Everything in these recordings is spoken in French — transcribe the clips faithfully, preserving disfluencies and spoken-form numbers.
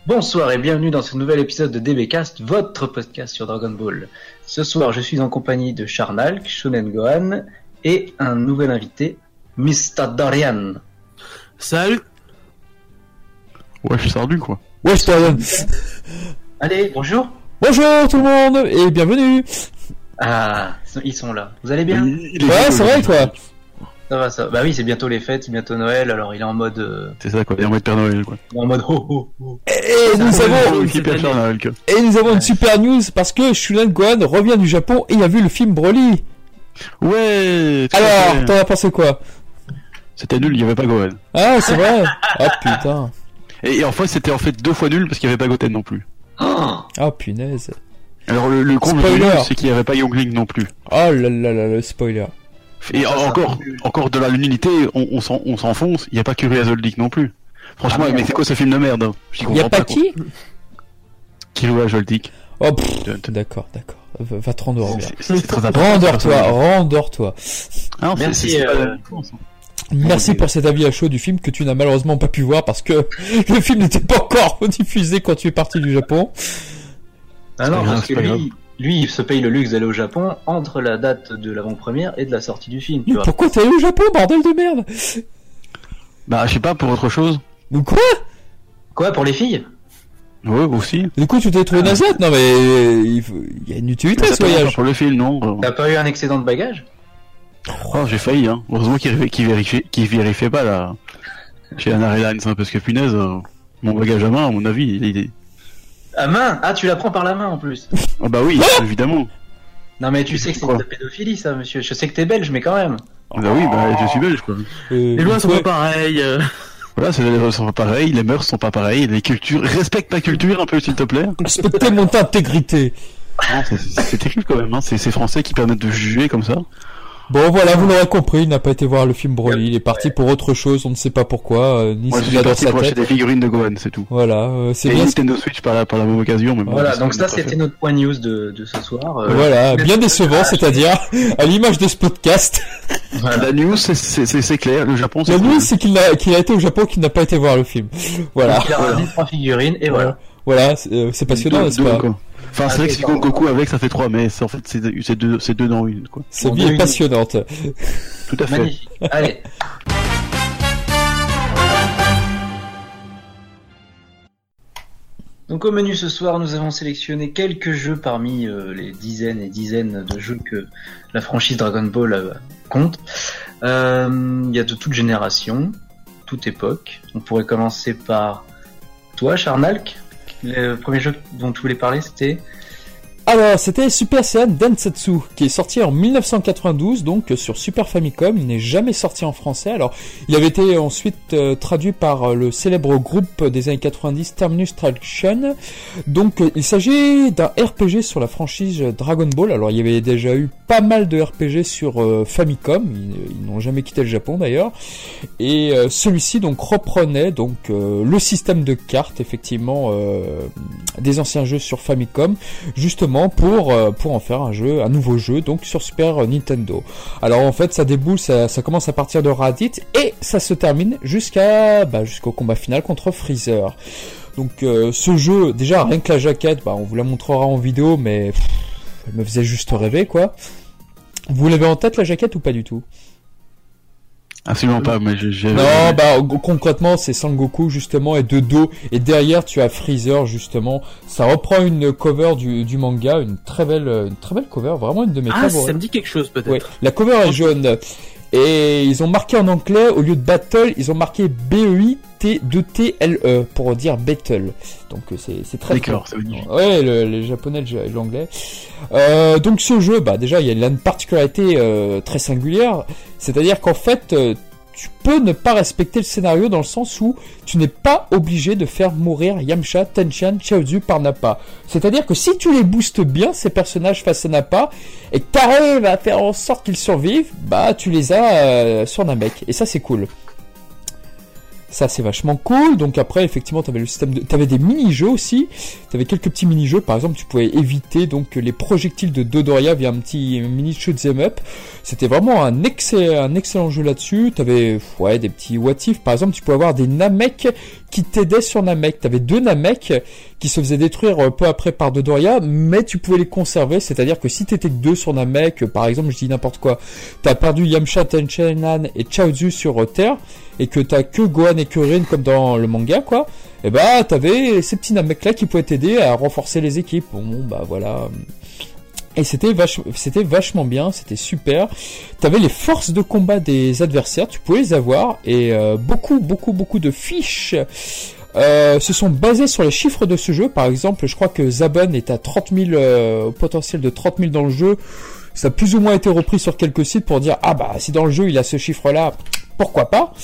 Bonsoir et bienvenue dans ce nouvel épisode de D B Cast, votre podcast sur Dragon Ball. Ce soir, je suis en compagnie de Charnalk, Shonen Gohan et un nouvel invité, mister Dorian. Salut. Ouais, je suis sardu quoi. Ouais, je Dorian. Allez, bonjour. Bonjour tout le monde et bienvenue. Ah, ils sont là. Vous allez bien? Il est Ouais, c'est vrai toi. Ça va, ça va. Bah oui, c'est bientôt les fêtes, c'est bientôt Noël, alors il est en mode... Euh... C'est ça quoi, il est en mode Père Noël quoi. En mode ho ho ho. Et nous avons, et nous avons une super news parce que Shonen Gohan revient du Japon et il a vu le film Broly. Ouais. Alors, t'en as pensé quoi? C'était nul, il y avait pas Gohan. Ah, c'est vrai. Ah putain. Et, et en fait, c'était en fait deux fois nul parce qu'il y avait pas Goten non plus. Oh Ah punaise. Alors le, le comble Spoiler. du jeu, c'est qu'il y avait pas Youngling non plus. Oh là là là, le spoiler. Et Ça, en- ça encore, va. encore de la l'unité, on, on, s'en- on s'enfonce. Il y a pas Curie Azoldyck non plus. Franchement, Ah, mais merde. c'est quoi ce film de merde hein J'y Y comprends a pas quoi. qui? Qui joue à Azoldyck. Oh pff, d'accord, d'accord. Va, va te rendormir. C'est c'est très important. Rendors-toi, rendors-toi. Ah, non, c'est- Merci, c'est- c'est pas euh, la différence, hein. Merci pour cet avis à chaud du film que tu n'as malheureusement pas pu voir parce que le film n'était pas encore diffusé quand tu es parti du Japon. Ah non, pas grave, parce que c'est pas lui, lui, il se paye le luxe d'aller au Japon entre la date de l'avant-première et de la sortie du film, tu Mais vois. pourquoi t'es allé au Japon, bordel de merde? Bah, je sais pas, pour autre chose. Mais quoi? Quoi, pour les filles? Ouais, aussi. Du coup, tu t'es trouvé Nazette? Non mais il, faut... il y a une utilité à Ça ce peut être voyage. pour le film, non T'as pas eu un excédent de bagages? Oh, j'ai failli, hein. Heureusement qu'il vérifie, qu'il vérifie, qu'il vérifiait pas, là. Chez Anna Airlines, hein, parce que punaise, euh, mon bagage à main, à mon avis, il est... À main? Ah, tu la prends par la main en plus. Ah bah oui, évidemment. Non mais tu sais que c'est Quoi de la pédophilie ça, monsieur. Je sais que t'es belge, mais quand même. Ah bah oui, bah je suis belge, quoi. Euh, Les lois sont ouais. pas pareilles. euh. Voilà, c'est- les lois sont pas pareilles, les mœurs sont pas pareilles, les cultures... Respecte ta culture un peu, s'il te plaît. Respectez mon intégrité. Non, c'est- c'est c'est terrible quand même, hein. C'est ces Français qui permettent de juger comme ça. Bon voilà, vous l'aurez compris, il n'a pas été voir le film Broly, il est parti pour autre chose, on ne sait pas pourquoi, euh, ni Moi, ce je qu'il a suis dans parti sa pour acheter tête. des figurines de Gohan, c'est tout. Voilà, euh, c'est Et bien. Nintendo Switch par la, par la même occasion, mais bon... Voilà, c'est- donc c'est ça pas c'était fait. notre point news de, de ce soir. euh. Voilà, bien décevant, c'est-à-dire, à l'image de ce podcast. Voilà. La news, c'est- c'est c'est- c'est clair, le Japon, c'est... La cool. news, c'est qu'il a, qu'il a été au Japon, qu'il n'a pas été voir le film. Voilà. Donc, il a ramené trois figurines et voilà. Voilà, c'est euh, c'est passionnant, Deux- n'est-ce deux, pas? quoi. Enfin, c'est Ah, vrai que c'est si on pas- Goku avec, ça fait trois, mais c'est- en fait, c'est deux, c'est deux, c'est deux dans une, quoi. Cette On vie a est eu- passionnante. Tout à fait. Magnifique. Allez. Donc au menu ce soir, nous avons sélectionné quelques jeux parmi euh, les dizaines et dizaines de jeux que la franchise Dragon Ball euh, compte. Euh, Il y a de toute génération, toute époque. On pourrait commencer par toi, Charnalk. Le premier jeu dont tu voulais parler, c'était... Alors, c'était Super Saiyan Densetsu, qui est sorti en mille neuf cent quatre-vingt-douze, donc euh, sur Super Famicom. Il n'est jamais sorti en français. Alors, il avait été ensuite euh, traduit par euh, le célèbre groupe des années quatre-vingt-dix, Terminus Traduction. Donc, euh, il s'agit d'un R P G sur la franchise Dragon Ball. Alors, il y avait déjà eu pas mal de R P G sur euh, Famicom. Ils, ils n'ont jamais quitté le Japon, d'ailleurs. Et euh, celui-ci, donc, reprenait donc euh, le système de cartes, effectivement, euh, des anciens jeux sur Famicom, justement pour euh, pour en faire un jeu, un nouveau jeu donc sur Super Nintendo. Alors en fait ça déboule, ça, ça commence à partir de Raditz et ça se termine jusqu'à bah, jusqu'au combat final contre Freezer. Donc euh, ce jeu, déjà rien que la jaquette, bah on vous la montrera en vidéo, mais pff, elle me faisait juste rêver quoi. Vous l'avez en tête la jaquette ou pas du tout? Absolument pas, mais j'ai... j'ai- Non, bah concrètement c'est Sangoku justement et de dos et derrière tu as Freezer justement. Ça reprend une cover du, du manga, une très belle une très belle cover, vraiment une de mes Ah, favorites. ça me dit quelque chose peut-être. Ouais, la cover est jaune et ils ont marqué en anglais au lieu de battle, ils ont marqué B E I T deux T L E pour dire battle. Donc euh, c'est c'est très D'accord, très- c'est magnifique. Ouais, le, les japonais et l'anglais. Euh, donc ce jeu, bah déjà il y a une particularité euh, très singulière, c'est-à-dire qu'en fait euh, tu peux ne pas respecter le scénario dans le sens où tu n'es pas obligé de faire mourir Yamcha, Tenchan, Chaozu par Nappa. C'est-à-dire que si tu les boostes bien, ces personnages face à Nappa, et que t'arrives à faire en sorte qu'ils survivent, bah tu les as euh, sur Namek. Et ça c'est cool. Ça c'est vachement cool. Donc après effectivement t'avais le système de, t'avais des mini-jeux aussi. T'avais quelques petits mini-jeux. Par exemple tu pouvais éviter donc les projectiles de Dodoria via un petit mini shoot'em up. C'était vraiment un excellent, un excellent jeu là-dessus. T'avais ouais des petits what if. Par exemple tu pouvais avoir des Namek qui t'aidaient sur Namek. T'avais deux Namek qui se faisaient détruire peu après par Dodoria, mais tu pouvais les conserver. C'est-à-dire que si t'étais que deux sur Namek, par exemple je dis n'importe quoi, t'as perdu Yamcha, Tenchenan et Chaozu sur Terre, et que t'as que Gohan et que Rin comme dans le manga quoi, et bah t'avais ces petits Namek là qui pouvaient t'aider à renforcer les équipes. Bon, bon bah voilà. Et c'était vach... c'était vachement bien, c'était super. T'avais les forces de combat des adversaires, tu pouvais les avoir, et euh, beaucoup beaucoup beaucoup de fiches euh, se sont basées sur les chiffres de ce jeu. Par exemple, je crois que Zaban est à trente mille, euh, au potentiel de trente mille dans le jeu. Ça a plus ou moins été repris sur quelques sites pour dire ah bah si dans le jeu il a ce chiffre là, pourquoi pas.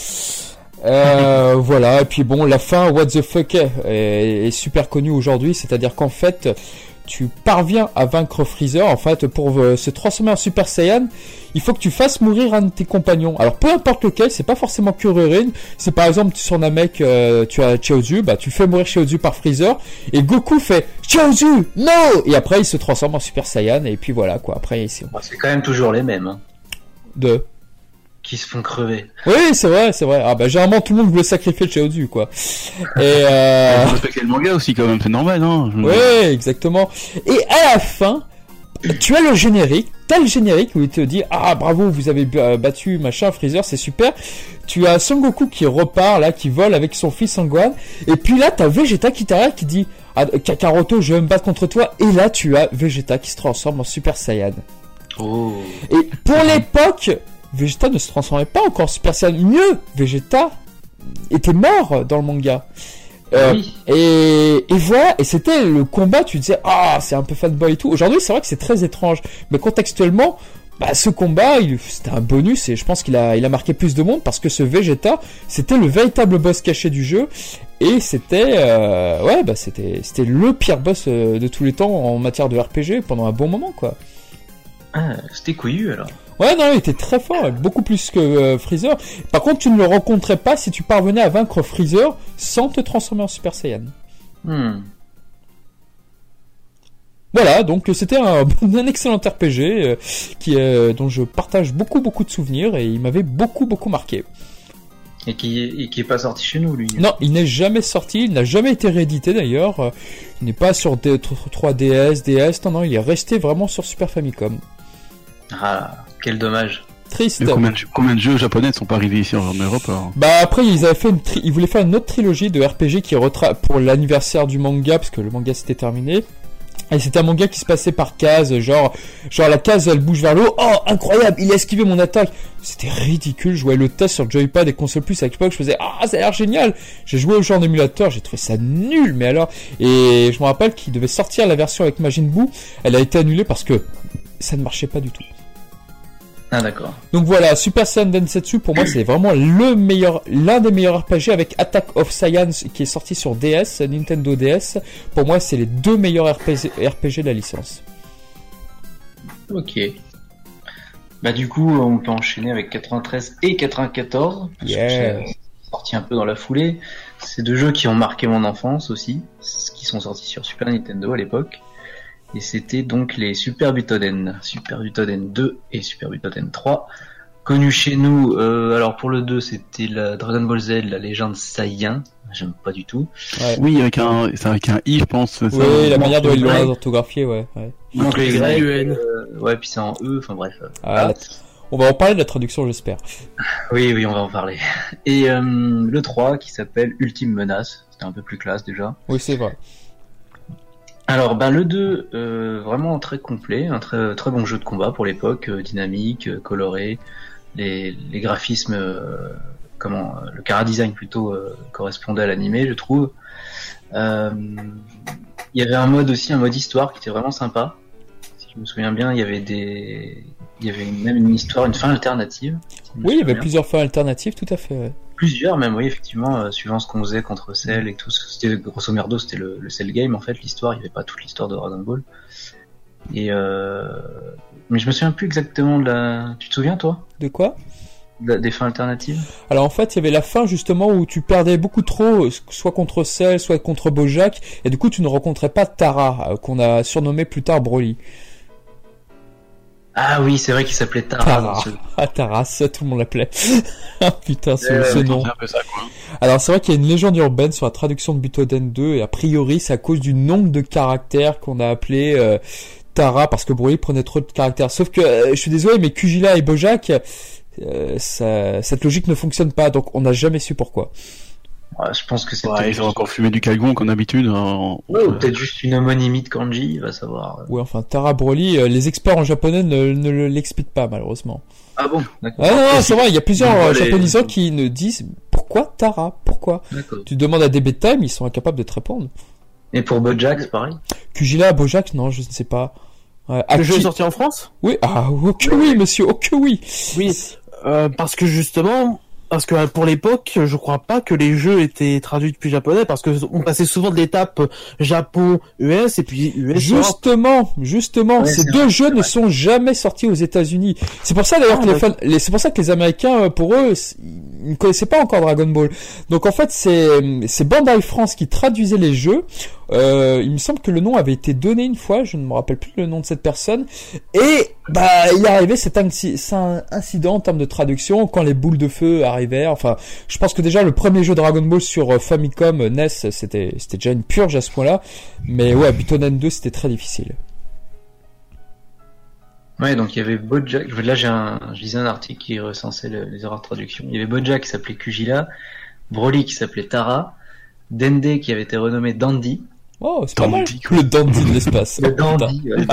Euh, voilà. Et puis bon, la fin what the fuck est, est super connue aujourd'hui, c'est-à-dire qu'en fait tu parviens à vaincre Freezer. En fait, pour euh, se transformer en Super Saiyan, il faut que tu fasses mourir un de tes compagnons. Alors peu importe lequel, c'est pas forcément Kuririn. C'est par exemple sur Namek, euh, tu as Chaozu, bah tu fais mourir Chaozu par Freezer et Goku fait Chaozu, non, et après il se transforme en Super Saiyan et puis voilà quoi. Après ici. Bon, c'est quand même toujours les mêmes. Hein. De. Qui se font crever. Oui, c'est vrai, c'est vrai. Ah bah généralement tout le monde voulait sacrifier le Chaozu quoi. Et euh... faut respecter le manga aussi quand même, c'est normal, hein. Je... Oui, exactement. Et à la fin, tu as le générique, t'as le générique où il te dit ah bravo, vous avez battu machin Freezer, c'est super. Tu as Son Goku qui repart là, qui vole avec son fils Sangohan, et puis là t'as Vegeta qui t'arrête, qui dit ah, Kakaroto, je vais me battre contre toi, et là tu as Vegeta qui se transforme en Super Saiyan. Oh. Et pour l'époque, Vegeta ne se transformait pas encore en Super Saiyan. Mieux, Vegeta était mort dans le manga. Euh, oui. et, et voilà, et c'était le combat, tu disais, ah, c'est un peu fanboy et tout. Aujourd'hui, c'est vrai que c'est très étrange. Mais contextuellement, bah, ce combat, il, c'était un bonus et je pense qu'il a, il a marqué plus de monde parce que ce Vegeta, c'était le véritable boss caché du jeu. Et c'était, euh, ouais, bah, c'était, c'était le pire boss de tous les temps en matière de R P G pendant un bon moment, quoi. Ah, c'était couillu alors. Ouais, non, il était très fort, beaucoup plus que euh, Freezer. Par contre, tu ne le rencontrais pas si tu parvenais à vaincre Freezer sans te transformer en Super Saiyan. Hmm. Voilà, donc c'était un, un excellent R P G euh, qui, euh, dont je partage beaucoup, beaucoup de souvenirs et il m'avait beaucoup, beaucoup marqué. Et qui, et qui est pas sorti chez nous, lui. Non, il n'est jamais sorti, il n'a jamais été réédité d'ailleurs. Il n'est pas sur D- trois D S, D S, non, non, il est resté vraiment sur Super Famicom. Ah, quel dommage. Triste. Mais combien, de, combien de jeux japonais ne sont pas arrivés ici en Europe alors ? Bah après ils avaient fait une tri- ils voulaient faire une autre trilogie de R P G qui retra- pour l'anniversaire du manga parce que le manga s'était terminé. Et c'était un manga qui se passait par cases, genre, genre la case elle bouge vers le haut, oh incroyable, il a esquivé mon attaque. C'était ridicule, je voyais le test sur Joypad et console plus à l'époque, je faisais ah ça a l'air génial. J'ai joué au jeu en émulateur, j'ai trouvé ça nul, mais alors, et je me rappelle qu'il devait sortir la version avec Majin Buu, elle a été annulée parce que ça ne marchait pas du tout. Ah d'accord. Donc voilà, Super Saiyan Densetsu pour moi c'est vraiment le meilleur, l'un des meilleurs R P G avec Attack of Saiyans qui est sorti sur D S, Nintendo D S. Pour moi c'est les deux meilleurs R P G, R P G de la licence. Ok. Bah du coup on peut enchaîner avec quatre-vingt-treize et quatre-vingt-quatorze. Parce yeah. que c'est sorti un peu dans la foulée. C'est deux jeux qui ont marqué mon enfance aussi, qui sont sortis sur Super Nintendo à l'époque. Et c'était donc les Super Butoden, Super Butoden deux et Super Butoden trois, connus chez nous. Euh, alors pour le deux, c'était la Dragon Ball Z, la légende Saiyan. J'aime pas du tout. Ouais. Oui, avec un, c'est avec un i, je pense. Oui, ça, la manière dont ils l'ont ouais. orthographié, ouais. Ouais, Il manque les Ouais, Y, U N. euh, ouais, puis c'est en E, enfin bref. ah, la... On va en parler de la traduction, j'espère. Oui, oui, on va en parler. Et euh, le trois qui s'appelle Ultime Menace, c'était un peu plus classe déjà. Oui, c'est vrai. Alors, ben le deux, euh, vraiment très complet, un très très bon jeu de combat pour l'époque, euh, dynamique, euh, coloré, les, les graphismes, euh, comment, euh, le chara-design plutôt euh, correspondait à l'animé, je trouve. Euh, il y avait un mode aussi, un mode histoire qui était vraiment sympa. Si je me souviens bien, il y avait des, il y avait même une histoire, une fin alternative. Si Oui, il y avait bien. Plusieurs fins alternatives, tout à fait. Ouais. Plusieurs même, oui, effectivement, euh, suivant ce qu'on faisait contre Cell et tout. C'était grosso merdo, c'était le, le Cell game en fait, l'histoire. Il n'y avait pas toute l'histoire de Dragon Ball. Et euh... mais je me souviens plus exactement de la. Tu te souviens toi? De quoi? Des fins alternatives? Alors en fait, il y avait la fin justement où tu perdais beaucoup trop, euh, soit contre Cell, soit contre Bojack, et du coup tu ne rencontrais pas Tara, euh, qu'on a surnommé plus tard Broly. Ah oui, c'est vrai qu'il s'appelait Tara. Tara. dans ce- Ah Tara, ça tout le monde l'appelait. Ah putain, ce, Euh, ce oui, nom. C'est un peu ça, quoi. Alors c'est vrai qu'il y a une légende urbaine sur la traduction de Butoden deux, et a priori c'est à cause du nombre de caractères qu'on a appelé euh, Tara, parce que Broly prenait trop de caractères. Sauf que, euh, je suis désolé, mais Kujila et Bojack, euh, ça, cette logique ne fonctionne pas, donc on n'a jamais su pourquoi. Ouais, je pense que c'est Ouais, peut-être ils ont juste... encore fumé du calgon comme d'habitude. en- Ouais, ou peut-être juste une homonymie de kanji, va savoir. Oui, enfin, Tara Broly, euh, les experts en japonais ne, ne le- l'expliquent pas, malheureusement. Ah bon, d'accord. Ah non, non, c'est vrai, il y a plusieurs Ils euh, voient les- japonisants qui ne disent pourquoi Tara, pourquoi. D'accord. Tu demandes à D B Time, ils sont incapables de te répondre. Et pour Bojack, c'est pareil. Kujila, Bojack, non, je ne sais pas. Ouais, Le jeu est Aki- sorti en France? Oui, ah, oh que oui, monsieur, oh que oui. Oui. Euh, parce que justement, parce que euh, pour l'époque, je crois pas que les jeux étaient traduits depuis japonais, parce que on passait souvent de l'étape Japon, U S, et puis U S. Europe. Justement, justement, Ouais, ces c'est deux vrai, jeux c'est ne vrai. sont jamais sortis aux États-Unis. C'est pour ça d'ailleurs Ah, que les fans, les, c'est pour ça que les Américains, euh, pour eux, c- ils ne connaissaient pas encore Dragon Ball. Donc en fait, c'est c'est Bandai France qui traduisait les jeux. Euh, il me semble que le nom avait été donné une fois, je ne me rappelle plus le nom de cette personne. Et bah, il est arrivé cet inci- cet incident en termes de traduction quand les boules de feu arrivèrent. Enfin, je pense que déjà le premier jeu Dragon Ball sur euh, Famicom euh, N E S, c'était c'était déjà une purge à ce point-là. Mais ouais, Butoden deux, c'était très difficile. Ouais, donc il y avait Bojack. Là, j'ai un, je lisais un article qui recensait le- les erreurs de traduction. Il y avait Bojack qui s'appelait Kujila, Broly qui s'appelait Tara, Dende qui avait été renommé Dandy. Oh, c'est pas mal. Dandy, quoi. Le dandy de l'espace. Le Oh, putain. Dandy. ouais.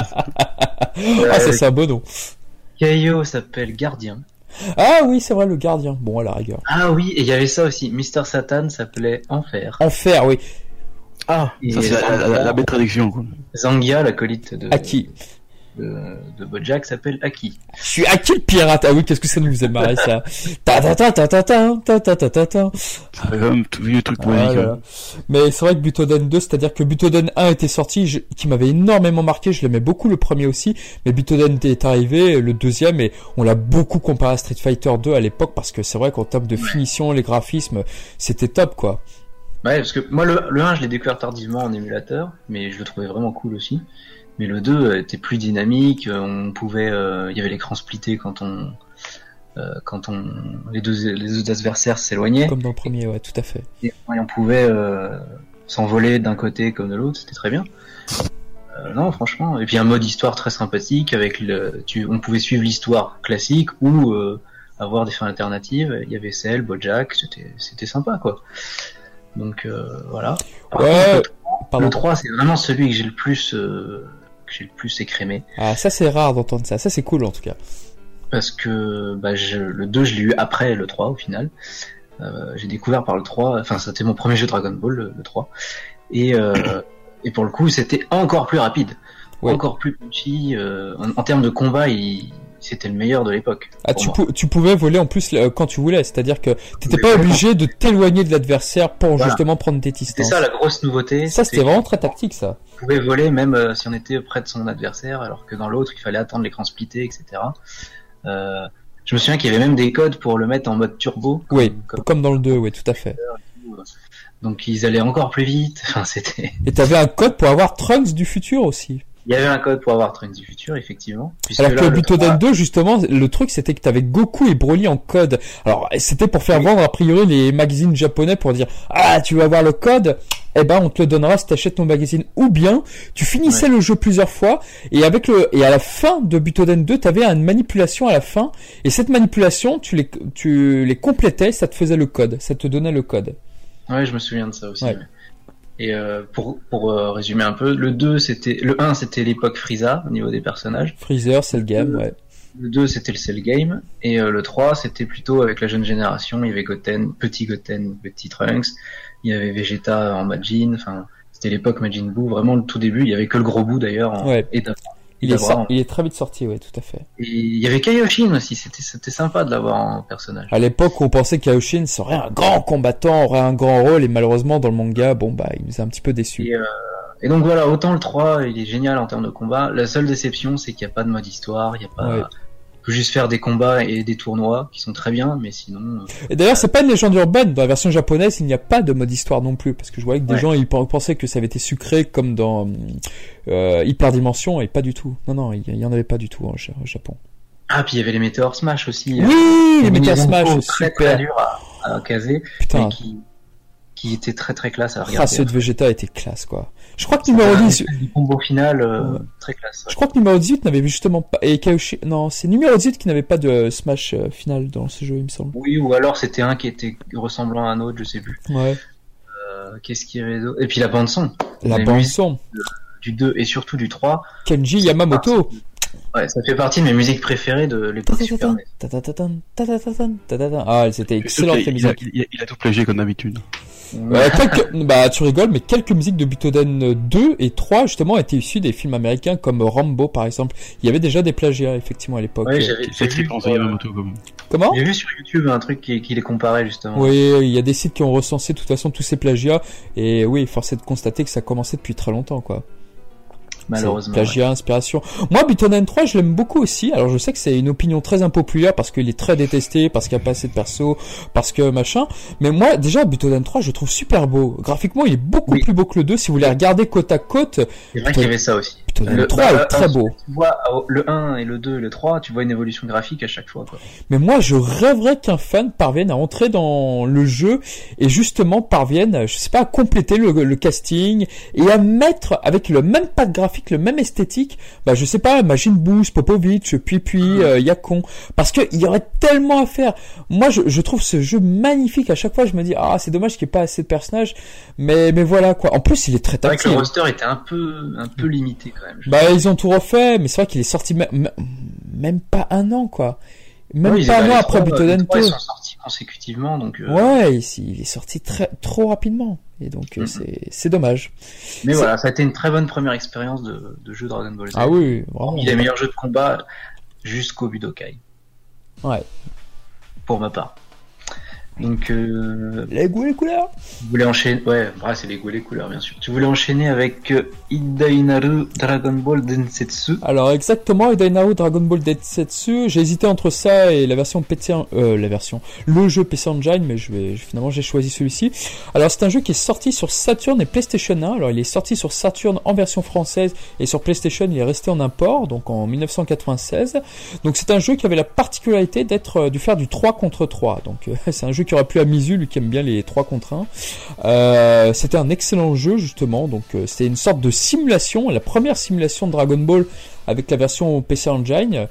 Ah, ça c'est un beau nom. Kaio s'appelle Gardien. Ah oui, c'est vrai, le gardien. Bon, à la rigueur. Ah oui, et il y avait ça aussi. Mister Satan s'appelait Enfer. Enfer, oui. Ah, Et Ça, c'est la, la, la, la belle traduction, quoi. Zangia, l'acolyte de, Aki. de, de Bojack, s'appelle Aki. Je suis Aki le pirate. Ah oui, qu'est-ce que ça nous faisait marrer, ça. Ta ta ta ta ta ta ta ta ta ta ta. C'est quand même tout vieux truc Ah poétique. là hein. là. Mais c'est vrai que Butoden deux, c'est-à-dire que Butoden un était sorti, je- qui m'avait énormément marqué, je l'aimais beaucoup le premier aussi, mais Butoden est arrivé, le deuxième, et on l'a beaucoup comparé à Street Fighter deux à l'époque, parce que c'est vrai qu'en termes de finition, les graphismes, c'était top, quoi. Ouais, parce que moi, le, le un, je l'ai découvert tardivement en émulateur, mais je le trouvais vraiment cool aussi. Mais le deux était plus dynamique, euh, on pouvait, euh, il y avait l'écran splitté quand on, euh, quand on, les deux, les deux adversaires s'éloignaient, Comme dans le premier, ouais, tout à fait. et, et on pouvait euh, s'envoler d'un côté comme de l'autre, c'était très bien. Euh, non, franchement. Et puis un mode histoire très sympathique avec le, tu, on pouvait suivre l'histoire classique ou euh, avoir des fins alternatives. Il y avait Cell, Bojack, c'était, c'était sympa quoi. Donc euh, voilà. Par Ouais, contre, le pardon. Le trois, c'est vraiment celui que j'ai le plus, euh, que j'ai le plus écrémé. Ah, ça c'est rare d'entendre ça, ça c'est cool en tout cas. Parce que bah, je, le deux, je l'ai eu après le trois au final. Euh, j'ai découvert par le trois, enfin c'était mon premier jeu Dragon Ball, le, le trois. Et, euh, et pour le coup, c'était encore plus rapide. Ouais. Encore plus punchy. Euh, en, en termes de combat, il, c'était le meilleur de l'époque. Ah, pour tu, moi. pou- tu pouvais voler en plus euh, quand tu voulais, c'est-à-dire que t'étais Oui, pas vraiment. obligé de t'éloigner de l'adversaire pour Voilà. justement prendre tes C'était distances. ça la grosse nouveauté. Ça, c'était vraiment très tactique, ça. On pouvait voler même euh, si on était près de son adversaire, alors que dans l'autre, il fallait attendre l'écran splitté, et cetera. Euh, je me souviens qu'il y avait même des codes pour le mettre en mode turbo. Comme, Oui, comme- comme dans le deux, oui, tout à fait. donc ils allaient encore plus vite. Enfin, c'était. Et t'avais un code pour avoir Trunks du futur aussi. Il y avait un code pour avoir Trunks du futur, effectivement. Puisque Alors là, que le Butoden trois- deux, justement, le truc c'était que t'avais Goku et Broly en code. Alors c'était pour faire Oui. vendre a priori les magazines japonais pour dire ah tu veux avoir le code, eh ben on te le donnera si t'achètes ton magazine. Ou bien tu finissais le jeu plusieurs fois et avec le et à la fin de Butoden deux t'avais une manipulation à la fin et cette manipulation tu les tu les complétais, ça te faisait le code, ça te donnait le code. Ouais, je me souviens de ça aussi. Ouais. ouais. Et euh, pour pour euh, résumer un peu, le deux c'était le un c'était l'époque Frieza au niveau des personnages. Freezer, c'est le game, ouais. Le deux c'était le Cell Game et euh, le trois c'était plutôt avec la jeune génération, il y avait Goten, petit Goten, petit Trunks, il y avait Vegeta en Majin, enfin c'était l'époque Majin Buu, vraiment le tout début, il y avait que le gros bout d'ailleurs en... Ouais. et, d'avant. Il est, D'abord, sor- il est très vite sorti, ouais, tout à fait. et il y avait Kaioshin aussi, c'était c'était sympa de l'avoir en personnage. À l'époque où on pensait qu'Aoshin serait un grand combattant, aurait un grand rôle, et malheureusement dans le manga, bon bah il nous a un petit peu déçus. Et, euh, et donc voilà, autant le trois, il est génial en termes de combat. La seule déception, c'est qu'il n'y a pas de mode histoire, il n'y a pas, Ouais. faut juste faire des combats et des tournois qui sont très bien, mais sinon. Euh... Et d'ailleurs, c'est pas une légende urbaine. Dans la version japonaise, il n'y a pas de mode histoire non plus, parce que je voyais que des ouais. gens ils pensaient que ça avait été sucré comme dans euh, Hyperdimension, et pas du tout. Non, non, il y, y en avait pas du tout au Japon. Ah, puis il y avait les Meteor Smash aussi. Oui, euh, les Meteor Smash, très, super. Très dur à, à caser. Putain. Mais qui, qui était très très classe à regarder. Ah, ceux de Vegeta était classe, quoi. Je crois que numéro dix. Du combo final, euh, ouais. très classe. Ouais. Je crois que numéro dix-huit n'avait justement pas, et Kaioshi, non, c'est numéro dix-huit qui n'avait pas de Smash euh, final dans ce jeu, il me semble. Oui, ou alors c'était un qui était ressemblant à un autre, je sais plus. Ouais. Euh, qu'est-ce qu'il y avait d'autre? Et puis la bande son. La bande son. Du deux et surtout du trois. Kenji Yamamoto. Ouais, ça fait partie de mes musiques préférées de l'époque Super N E S. Ah, c'était excellent les musiques. Il, il, il a tout plagié comme d'habitude. Euh, quelques... Bah, tu rigoles, mais quelques musiques de Butoden deux et trois, justement, étaient issues des films américains comme Rambo, par exemple. Il y avait déjà des plagiats, effectivement, à l'époque. Ouais, j'avais, c'est vu, pensé Yamamoto, comment. Comment? J'ai vu sur YouTube un truc qui, qui les comparait, justement. Oui, il y a des sites qui ont recensé, de toute façon, tous ces plagiats. Et oui, force est de constater que ça commençait depuis très longtemps, quoi. Malheureusement. Plagiat, ouais. Inspiration. Moi, Butoden trois, je l'aime beaucoup aussi. Alors, je sais que c'est une opinion très impopulaire parce qu'il est très détesté, parce qu'il n'y a pas assez de perso, parce que machin. Mais moi, déjà, Butoden trois, je le trouve super beau. Graphiquement, il est beaucoup oui. plus beau que le deux. Si vous voulez regarder côte à côte. C'est vrai qu'il y avait ça aussi. Butoden le trois bah, est très beau. Tu vois, le un et le deux et le trois, tu vois une évolution graphique à chaque fois, quoi. Mais moi, je rêverais qu'un fan parvienne à entrer dans le jeu et justement parvienne, je sais pas, à compléter le, le casting et à mettre avec le même pack graphique, le même esthétique, bah je sais pas, Majin Buu, Popovich, puis puis euh, Yakon, parce que il y aurait tellement à faire. Moi, je, je trouve ce jeu magnifique. À chaque fois, je me dis ah c'est dommage qu'il n'y ait pas assez de personnages, mais mais voilà quoi. En plus, il est très tactile. C'est vrai que le roster était un peu un peu limité quand même. Bah ils ont tout refait, mais c'est vrai qu'il est sorti même même pas un an quoi. Même oui, pas un an après Butoden deux. Ils sont sortis consécutivement, donc. Euh... Ouais, il, il est sorti très trop rapidement, et donc mm-hmm. c'est c'est dommage. Mais c'est... voilà, ça a été une très bonne première expérience de, de jeu Dragon Ball Z. Ah oui, vraiment. Il est meilleur jeu de combat jusqu'au Budokai. Ouais. Pour ma part. Donc. Euh... Les goûts et les couleurs. Tu voulais enchaîner, ouais, bah, c'est les goûts et les couleurs bien sûr. Tu voulais enchaîner avec euh, Idainaru Dragon Ball Densetsu. Alors exactement, Idainaru Dragon Ball Densetsu. J'ai hésité entre ça et la version P C, euh, la version, le jeu P C Engine, mais je vais finalement j'ai choisi celui-ci. Alors c'est un jeu qui est sorti sur Saturn et PlayStation un. Alors il est sorti sur Saturn en version française et sur PlayStation il est resté en import, donc en dix-neuf cent quatre-vingt-seize. Donc c'est un jeu qui avait la particularité d'être euh, de faire du trois contre trois. Donc euh, c'est un jeu qui aura plu à Mizu, lui qui aime bien les trois contre un. Euh, c'était un excellent jeu justement, donc euh, c'était une sorte de simulation, la première simulation de Dragon Ball avec la version P C Engine.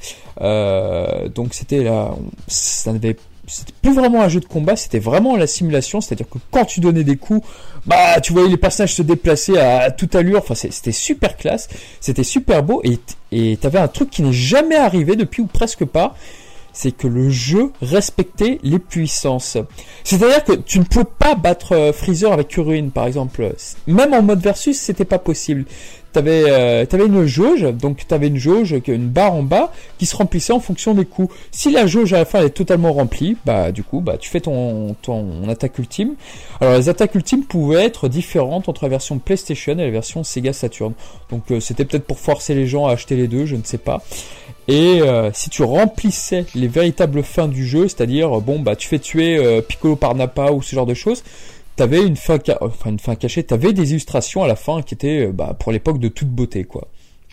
Euh, donc c'était là, ça n'avait, c'était plus vraiment un jeu de combat, c'était vraiment la simulation, c'est-à-dire que quand tu donnais des coups, bah tu voyais les personnages se déplacer à, à toute allure. Enfin c'était super classe, c'était super beau et et t'avais un truc qui n'est jamais arrivé depuis ou presque pas. C'est que le jeu respectait les puissances. C'est-à-dire que tu ne peux pas battre Freezer avec Kuririn, par exemple. Même en mode versus, c'était pas possible. T'avais, euh, t'avais une jauge, donc t'avais une jauge, une barre en bas, qui se remplissait en fonction des coups. Si la jauge à la fin elle est totalement remplie, bah du coup, bah tu fais ton ton attaque ultime. Alors les attaques ultimes pouvaient être différentes entre la version PlayStation et la version Sega Saturn. Donc euh, c'était peut-être pour forcer les gens à acheter les deux, je ne sais pas. Et euh, si tu remplissais les véritables fins du jeu, c'est-à-dire bon bah tu fais tuer euh, Piccolo par Nappa ou ce genre de choses, t'avais une fin, ca... enfin une fin cachée, t'avais des illustrations à la fin qui étaient bah, pour l'époque de toute beauté quoi.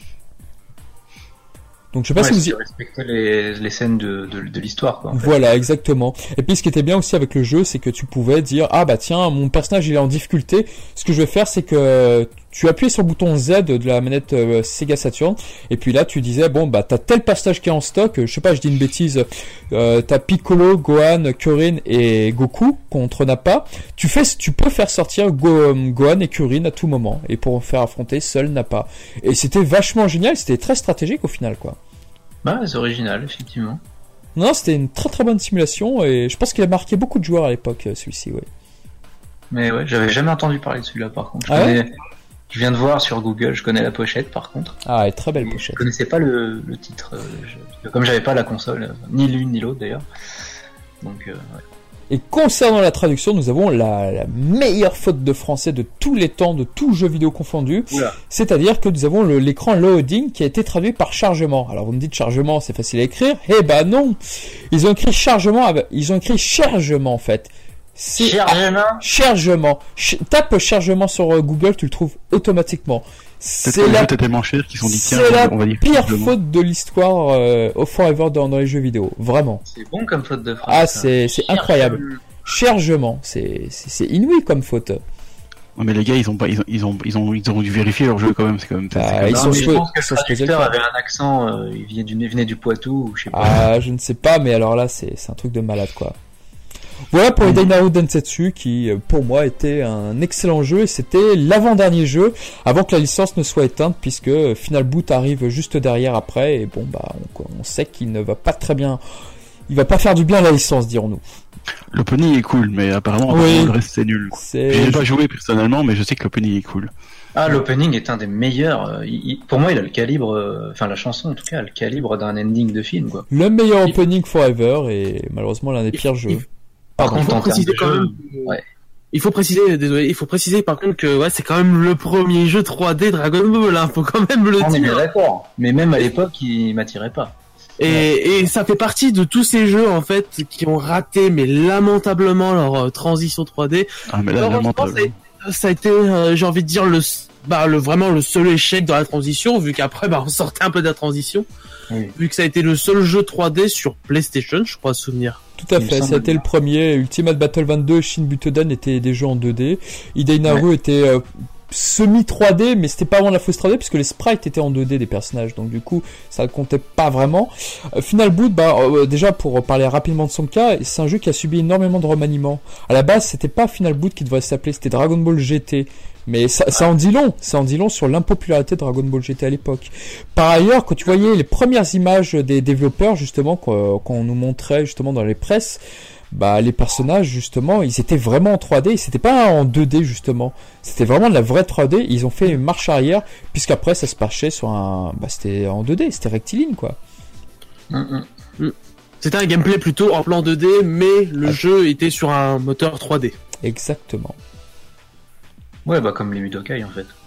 Donc je sais pas ouais, si vous si y... respectais les, les scènes de, de, de l'histoire quoi. En fait. Voilà exactement. Et puis ce qui était bien aussi avec le jeu, c'est que tu pouvais dire ah bah tiens mon personnage il est en difficulté. Ce que je vais faire c'est que tu appuyais sur le bouton Z de la manette euh, Sega Saturn et puis là tu disais bon bah t'as tel personnage qui est en stock, je sais pas je dis une bêtise, euh, t'as Piccolo, Gohan, Kuririn et Goku contre Nappa. Tu fais, tu peux faire sortir Go, Gohan et Kuririn à tout moment et pour faire affronter seul Nappa. Et c'était vachement génial, c'était très stratégique au final quoi. Bah c'est original effectivement. Non c'était une très très bonne simulation et je pense qu'il a marqué beaucoup de joueurs à l'époque celui-ci ouais. Mais ouais j'avais jamais entendu parler de celui-là par contre. Je ah connais... ouais Je viens de voir sur Google, je connais la pochette par contre. Ah, très belle pochette. Je connaissais pas le, le titre, je, comme j'avais pas la console, ni l'une ni l'autre d'ailleurs. Donc, euh, ouais. Et concernant la traduction, nous avons la, la meilleure faute de français de tous les temps, de tous jeux vidéo confondus. Oula. C'est-à-dire que nous avons le, l'écran loading qui a été traduit par chargement. Alors vous me dites chargement, c'est facile à écrire. Eh ben non, ils ont écrit chargement, avec, ils ont écrit chargement en fait. C'est Chargement. chargement. Ch- tape chargement sur euh, Google, tu le trouves automatiquement. Peut-être C'est que les la jeux étaient tellement chers qu'ils se sont dit tiens, c'est la on va dire pire chargement. faute de l'histoire euh, au Forever dans, dans les jeux vidéo, vraiment. C'est bon comme faute de phrase. Ah, ça. c'est c'est incroyable. Chargement, c'est c'est c'est inouï comme faute. Non mais les gars ils ont pas ils ont ils ont ils ont, ils ont dû vérifier leur jeu quand même, c'est quand même. Bah, c'est quand même- ils Non, sont mais je supposés- pense que ils sont le supposés le traducteur faire. avait un accent, euh, il venait du, venait du Poitou, ou je sais pas. Ah, je ne sais pas, mais alors là, c'est c'est un truc de malade, quoi. Voilà pour Hidai Naru Densetsu, qui, euh, pour moi, était un excellent jeu, et c'était l'avant-dernier jeu, avant que la licence ne soit éteinte, puisque euh, Final Boot arrive juste derrière après, et bon, bah, on, on sait qu'il ne va pas très bien, il va pas faire du bien à la licence, dirons-nous. L'opening est cool, mais apparemment, Oui. apparemment, le reste c'est nul. C'est... J'ai pas joué personnellement, mais je sais que l'opening est cool. Ah, l'opening est un des meilleurs. euh, il- il- pour moi, il a le calibre, euh, enfin la chanson en tout cas, a le calibre d'un ending de film, quoi. Le meilleur opening forever, et malheureusement l'un des Il- pires jeux. il- Par Pardon. contre, en termes préciser de quand jeu, même que- ouais. Il faut préciser, désolé, il faut préciser par contre que ouais, c'est quand même le premier jeu trois D Dragon Ball, hein, faut quand même le on est bien dire. d'accord. Mais même à l'époque, il m'attirait pas. Et, et ça fait partie de tous ces jeux en fait qui ont raté mais lamentablement leur euh, transition trois D. Ah mais là, Heureusement, lamentable. ça a- ça a été, euh, j'ai envie de dire le, s- bah le vraiment le seul échec dans la transition, vu qu'après bah on sortait un peu de la transition, Oui. vu que ça a été le seul jeu trois D sur PlayStation, je crois souvenir. Tout à Il me fait, semble ça a été bien. le premier. Ultimate Battle vingt-deux et Shin Butoden étaient des jeux en deux D. Hidai Naru était euh, semi trois D, mais c'était pas vraiment de la fausse trois D puisque les sprites étaient en deux D des personnages, donc du coup ça ne comptait pas vraiment. Euh, Final Boot, bah euh, déjà pour parler rapidement de son cas, c'est un jeu qui a subi énormément de remaniements. À la base, c'était pas Final Boot qui devrait s'appeler, c'était Dragon Ball G T. Mais ça, ça en dit long, ça en dit long sur l'impopularité de Dragon Ball G T à l'époque. Par ailleurs, quand tu voyais les premières images des développeurs, justement, qu'on qu'on nous montrait justement dans les presses, bah les personnages, justement, ils étaient vraiment en trois D, c'était pas en deux D, justement. C'était vraiment de la vraie trois D, ils ont fait une marche arrière, puisqu'après ça se passait sur un... Bah c'était en deux D, c'était rectiligne, quoi. Mm, mm. C'était un gameplay plutôt en plan deux D, mais le Ah. jeu était sur un moteur trois D. Exactement. Ouais, bah comme les Budokai en fait.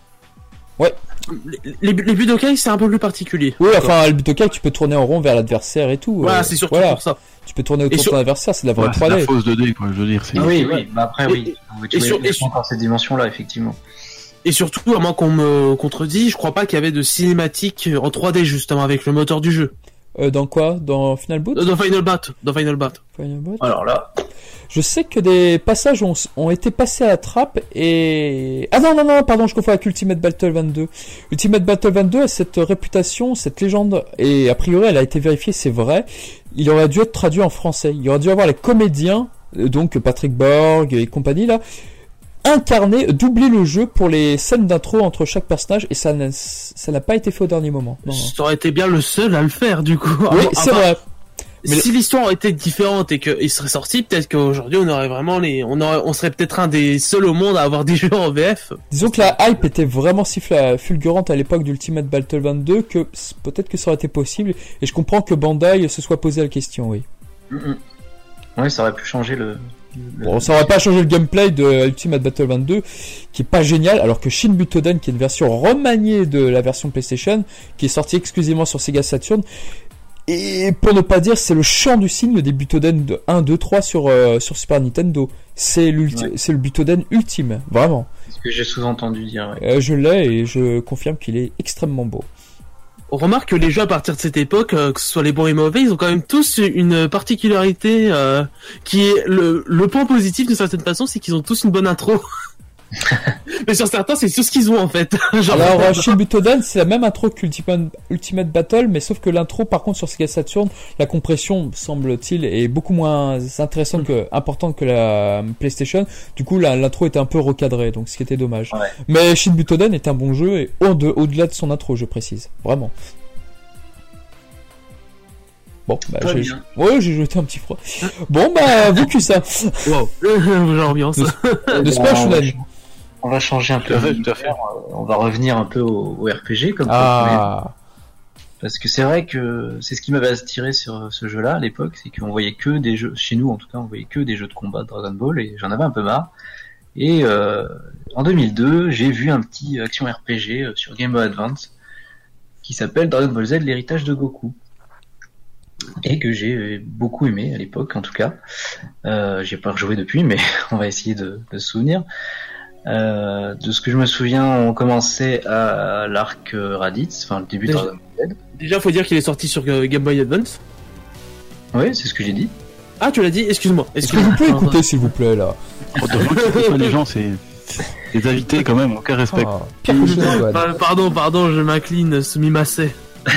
Les, les, les Budokai, c'est un peu plus particulier. Oui, enfin, le Butokai, tu peux tourner en rond vers l'adversaire et tout. Voilà, euh, c'est surtout voilà. pour ça. Tu peux tourner autour Et sur- de ton adversaire, c'est de la vraie Ouais, c'est trois la D. fausse deux D, quoi, je veux dire. C'est... Ah oui, ouais. oui. Bah après, Et- oui. Tu et vois, sur- il y a et sur- encore ces dimensions-là, effectivement. Et surtout, à moins qu'on me contredise, je crois pas qu'il y avait de cinématique en trois D justement avec le moteur du jeu. Euh, dans quoi? Dans Final Boot? Euh, Dans Final Bat, dans Final Bat. Final Boot Alors là, Je sais que des passages ont, ont été passés à la trappe et... Ah non, non, non, pardon, je confonds avec Ultimate Battle vingt-deux. Ultimate Battle vingt-deux a cette réputation, cette légende, et a priori elle a été vérifiée, c'est vrai. Il aurait dû être traduit en français. Il aurait dû avoir les comédiens, euh, donc Patrick Borg et compagnie là, incarner, doubler le jeu pour les scènes d'intro entre chaque personnage, et ça n'a, ça n'a pas été fait au dernier moment. Non, non. Ça aurait été bien le seul à le faire du coup. Oui, Ah, c'est enfin, vrai. Mais si l'histoire était différente et qu'il serait sorti, peut-être qu'aujourd'hui on aurait vraiment les, on aurait, on serait peut-être un des seuls au monde à avoir des jeux en V F. Disons que la hype était vraiment si fla- fulgurante à l'époque d'Ultimate Battle vingt-deux que c- peut-être que ça aurait été possible, et je comprends que Bandai se soit posé la question, oui. mm, mm. Ouais, ça aurait pu changer le. le- Bon, ça aurait pas changé le gameplay de Ultimate Battle vingt-deux, qui est pas génial, alors que Shin Butoden, qui est une version remaniée de la version PlayStation, qui est sortie exclusivement sur Sega Saturn, et pour ne pas dire, c'est le chant du cygne des Butoden de un, deux, trois sur, euh, sur Super Nintendo. C'est l'ulti- Ouais. c'est le Butoden ultime, vraiment. C'est ce que j'ai sous-entendu dire. Ouais. Euh, je l'ai et je confirme qu'il est extrêmement beau. On remarque que les jeux à partir de cette époque, euh, que ce soit les bons et mauvais, ils ont quand même tous une particularité euh, qui est le, le point positif d'une certaine façon, c'est qu'ils ont tous une bonne intro. Mais sur certains, c'est tout ce qu'ils ont en fait. Genre, Alors, euh, Shin Butoden, c'est la même intro qu'Ultimate Ultimate Battle, mais sauf que l'intro, par contre, sur Sega Saturn, la compression, semble-t-il, est beaucoup moins intéressante que, importante que la PlayStation. Du coup, la- l'intro était un peu recadrée, donc ce qui était dommage. Ouais. Mais Shin Butoden est un bon jeu, et au- de- au-delà de son intro, je précise. Vraiment. Bon, bah, Très j'ai, bien. ouais, j'ai jeté un petit froid. Bon, bah, vous que ça. wow, l'ambiance. De Super on, va, Shonen. on va changer un peu. Tout à fait, de tout à fait. univers, euh, On va revenir un peu au, au R P G comme Ah. Parce que c'est vrai que c'est ce qui m'avait attiré sur ce jeu-là à l'époque, c'est qu'on voyait que des jeux, chez nous en tout cas, on voyait que des jeux de combat de Dragon Ball et j'en avais un peu marre. Et euh, en deux mille deux, j'ai vu un petit action R P G sur Game Boy Advance qui s'appelle Dragon Ball Z, l'héritage de Goku. Et que j'ai beaucoup aimé à l'époque en tout cas. Euh, j'ai pas rejoué depuis, mais on va essayer de, de se souvenir. Euh, de ce que je me souviens, on commençait à l'arc Raditz, enfin le début de Déjà- Dragon Ball Z. Déjà, faut dire qu'il est sorti sur euh, Game Boy Advance. Oui, c'est ce que j'ai dit. Ah, tu l'as dit. Excuse-moi. Est-ce que vous pouvez écouter, s'il vous plaît, là? Oh, devant que les gens, c'est des invités quand même, aucun respect. Ah, pire que chez Antoine. Pa- Pardon, pardon, je m'incline, Sumimasen.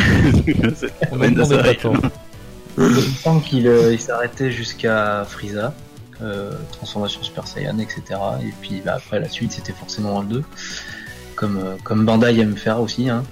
On va demander pas tant. Il me semble qu'il euh, il s'arrêtait jusqu'à Frieza, euh, transformation Super Saiyan, et cetera. Et puis bah, après la suite c'était forcément dans le deux, comme, euh, comme Bandai aime faire aussi. Hein.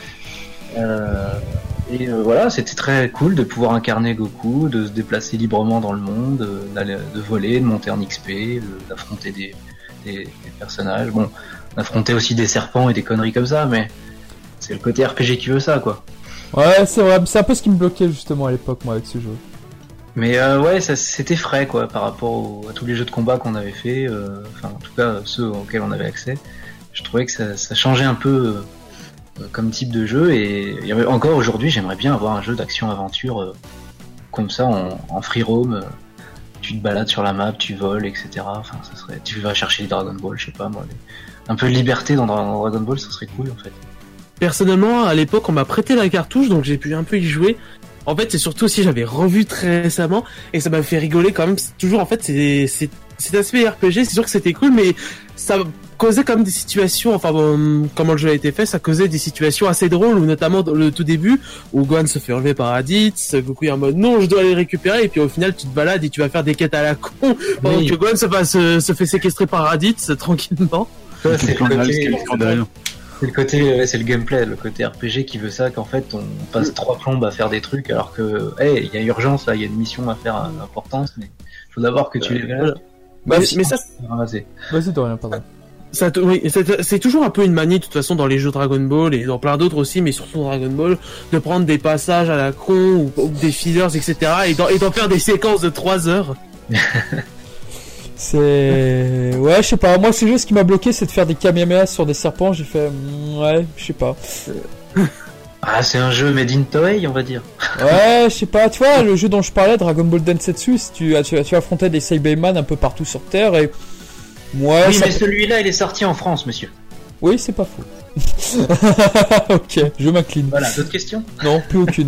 Euh, et euh, voilà, c'était très cool de pouvoir incarner Goku, de se déplacer librement dans le monde, euh, d'aller- de voler, de monter en X P, de- d'affronter des, des, des personnages. Bon, d'affronter aussi des serpents et des conneries comme ça, mais c'est le côté R P G qui veut ça, quoi. Ouais, c'est vrai, c'est un peu ce qui me bloquait justement à l'époque, moi, avec ce jeu. Mais euh, ouais, ça, c'était frais quoi par rapport au- à tous les jeux de combat qu'on avait fait, euh, enfin en tout cas ceux auxquels on avait accès. Je trouvais que ça, ça changeait un peu euh, comme type de jeu et, et encore aujourd'hui j'aimerais bien avoir un jeu d'action-aventure euh, comme ça en, en free roam. Euh, tu te balades sur la map, tu voles, et cetera. Enfin ça serait, tu vas chercher les Dragon Ball, je sais pas moi, les- un peu de liberté dans, dans Dragon Ball, ça serait cool en fait. Personnellement, à l'époque, on m'a prêté la cartouche, donc j'ai pu un peu y jouer. En fait, c'est surtout aussi, j'avais revu très récemment, et ça m'a fait rigoler quand même. C'est toujours, en fait, c'est, c'est, cet aspect R P G, c'est sûr que c'était cool, mais ça causait quand même des situations, enfin, bon, comment le jeu a été fait, ça causait des situations assez drôles, ou notamment dans le tout début, où Gohan se fait enlever par Raditz, Goku est en mode, non, je dois aller le récupérer, et puis au final, tu te balades et tu vas faire des quêtes à la con, pendant Oui. que Gohan se, passe, se fait séquestrer par Raditz, tranquillement. Ça, c'est le Scandale, côté- c'est le scandale. C'est le côté, ouais, c'est le gameplay, le côté R P G qui veut ça, qu'en fait on passe trois plombes à faire des trucs alors que, hey, il y a urgence là, il y a une mission à faire euh, importante, mais faut d'abord que tu les verras. Bah, mais, si- mais ça, ramasser. Vas-y, Dorian, pardon. Ça, te- oui, c'est c'est toujours un peu une manie de toute façon dans les jeux Dragon Ball et dans plein d'autres aussi, mais surtout dans Dragon Ball, de prendre des passages à la con ou, ou des fillers, et cetera et d'en et d'en faire des séquences de trois heures. C'est... Ouais, je sais pas, moi ce jeu, ce qui m'a bloqué, c'est de faire des kamehameha sur des serpents, j'ai fait... mm, Ouais, je sais pas. Ah, c'est un jeu made in Toei, on va dire. Ouais, je sais pas, tu vois, le jeu dont je parlais, Dragon Ball Densetsu, si tu, tu, tu affrontais des Saibaman un peu partout sur Terre, et... Ouais, oui, ça- mais celui-là, il est sorti en France, monsieur. Oui, c'est pas faux. Ok, je m'incline. Voilà, d'autres questions? Non, plus aucune.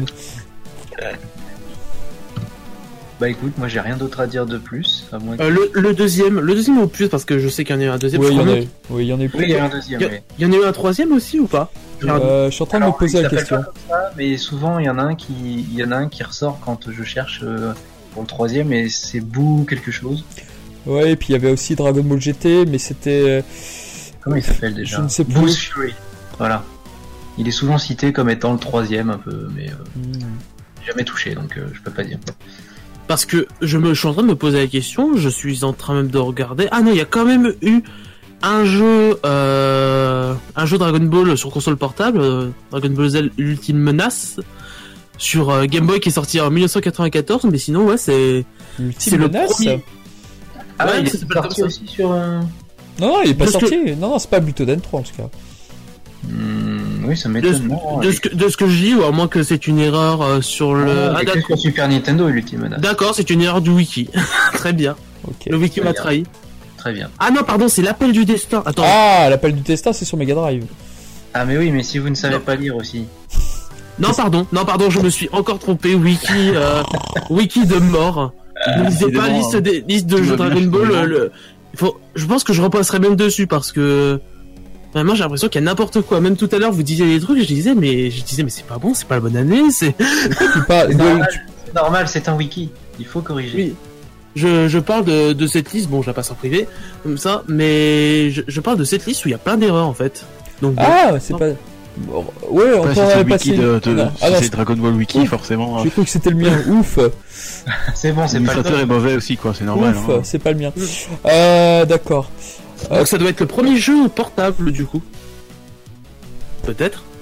Bah écoute, moi j'ai rien d'autre à dire de plus, à moins que... Euh, le, le deuxième, le deuxième au plus parce que je sais qu'il y en a eu un deuxième. Oui, je il y en crois a même eu. Oui, il y en a eu Oui, il y a un deuxième, qu'il y, oui. a- il y en a eu un troisième aussi ou pas? Euh, je suis en train de me Alors, poser il la s'appelle question. pas comme ça, mais souvent il y en a un qui, il y en a un qui ressort quand je cherche euh, pour le troisième et c'est Boo quelque chose. Ouais, et puis il y avait aussi Dragon Ball G T, mais c'était... Comment il s'appelle déjà? Je ne sais plus. Boo's Fury. Voilà. Il est souvent cité comme étant le troisième un peu, mais euh, Hmm. j'ai jamais touché donc euh, je peux pas dire. Parce que je me je suis en train de me poser la question, je suis en train même de regarder. Ah non, il y a quand même eu un jeu, euh, un jeu Dragon Ball sur console portable, euh, Dragon Ball Z Ultime Menace, sur euh, Game Boy qui est sorti en dix-neuf cent quatre-vingt-quatorze, mais sinon ouais c'est Ultime c'est le Menace. premier. Ah Ouais, ouais, il ça est s'appelle sorti comme ça. aussi sur un... Non, non, il est pas Parce que- sorti. Non, non, c'est pas Butoden trois en tout cas. Hmm, oui, ça De, m'étonne. non, de il- ce que, de ce que je dis, ou à moins que c'est une erreur euh, sur le. Ah, Ah, il est que d'accord. sur Super Nintendo, l'ultime menace. D'accord, c'est une erreur du wiki. Très bien. Ok. Le wiki m'a Très bien. trahi. Très bien. Ah non, pardon, c'est l'appel du destin. Attends. Ah, l'appel du Testa, c'est sur Mega Drive. Ah mais oui, mais si vous ne savez Non. pas lire aussi. Non, pardon, non, pardon, je me suis encore trompé. Wiki, euh, wiki de mort. Ne lisez pas décidément, liste des liste de tu jeux vois bien, Dragon je Ball. te euh, demande. le... il faut... Je pense que je repasserai même dessus parce que vraiment j'ai l'impression qu'il y a n'importe quoi. Même tout à l'heure, vous disiez des trucs, et je disais mais je disais mais c'est pas bon, c'est pas la bonne année. C'est Tu pas, C'est de- normal, c'est normal, c'est un wiki. Il faut corriger. oui. Je, je parle de, de cette liste. Bon, je la passe en privé comme ça, mais je, je parle de cette liste où il y a plein d'erreurs en fait. Donc bon. Ah, c'est pas... Bon, ouais, on Ouais, peut si en c'est aller le wiki passer... de, de- Non. si Ah non, c'est Dragon Ball Wiki, Ouf. forcément. j'ai cru que c'était le mien. Ouf, C'est bon, c'est pas le L'administrateur est top. mauvais aussi, quoi, c'est normal. ouf, hein. c'est pas le mien. Euh, d'accord. Donc ça doit être le premier jeu portable du coup. Peut-être.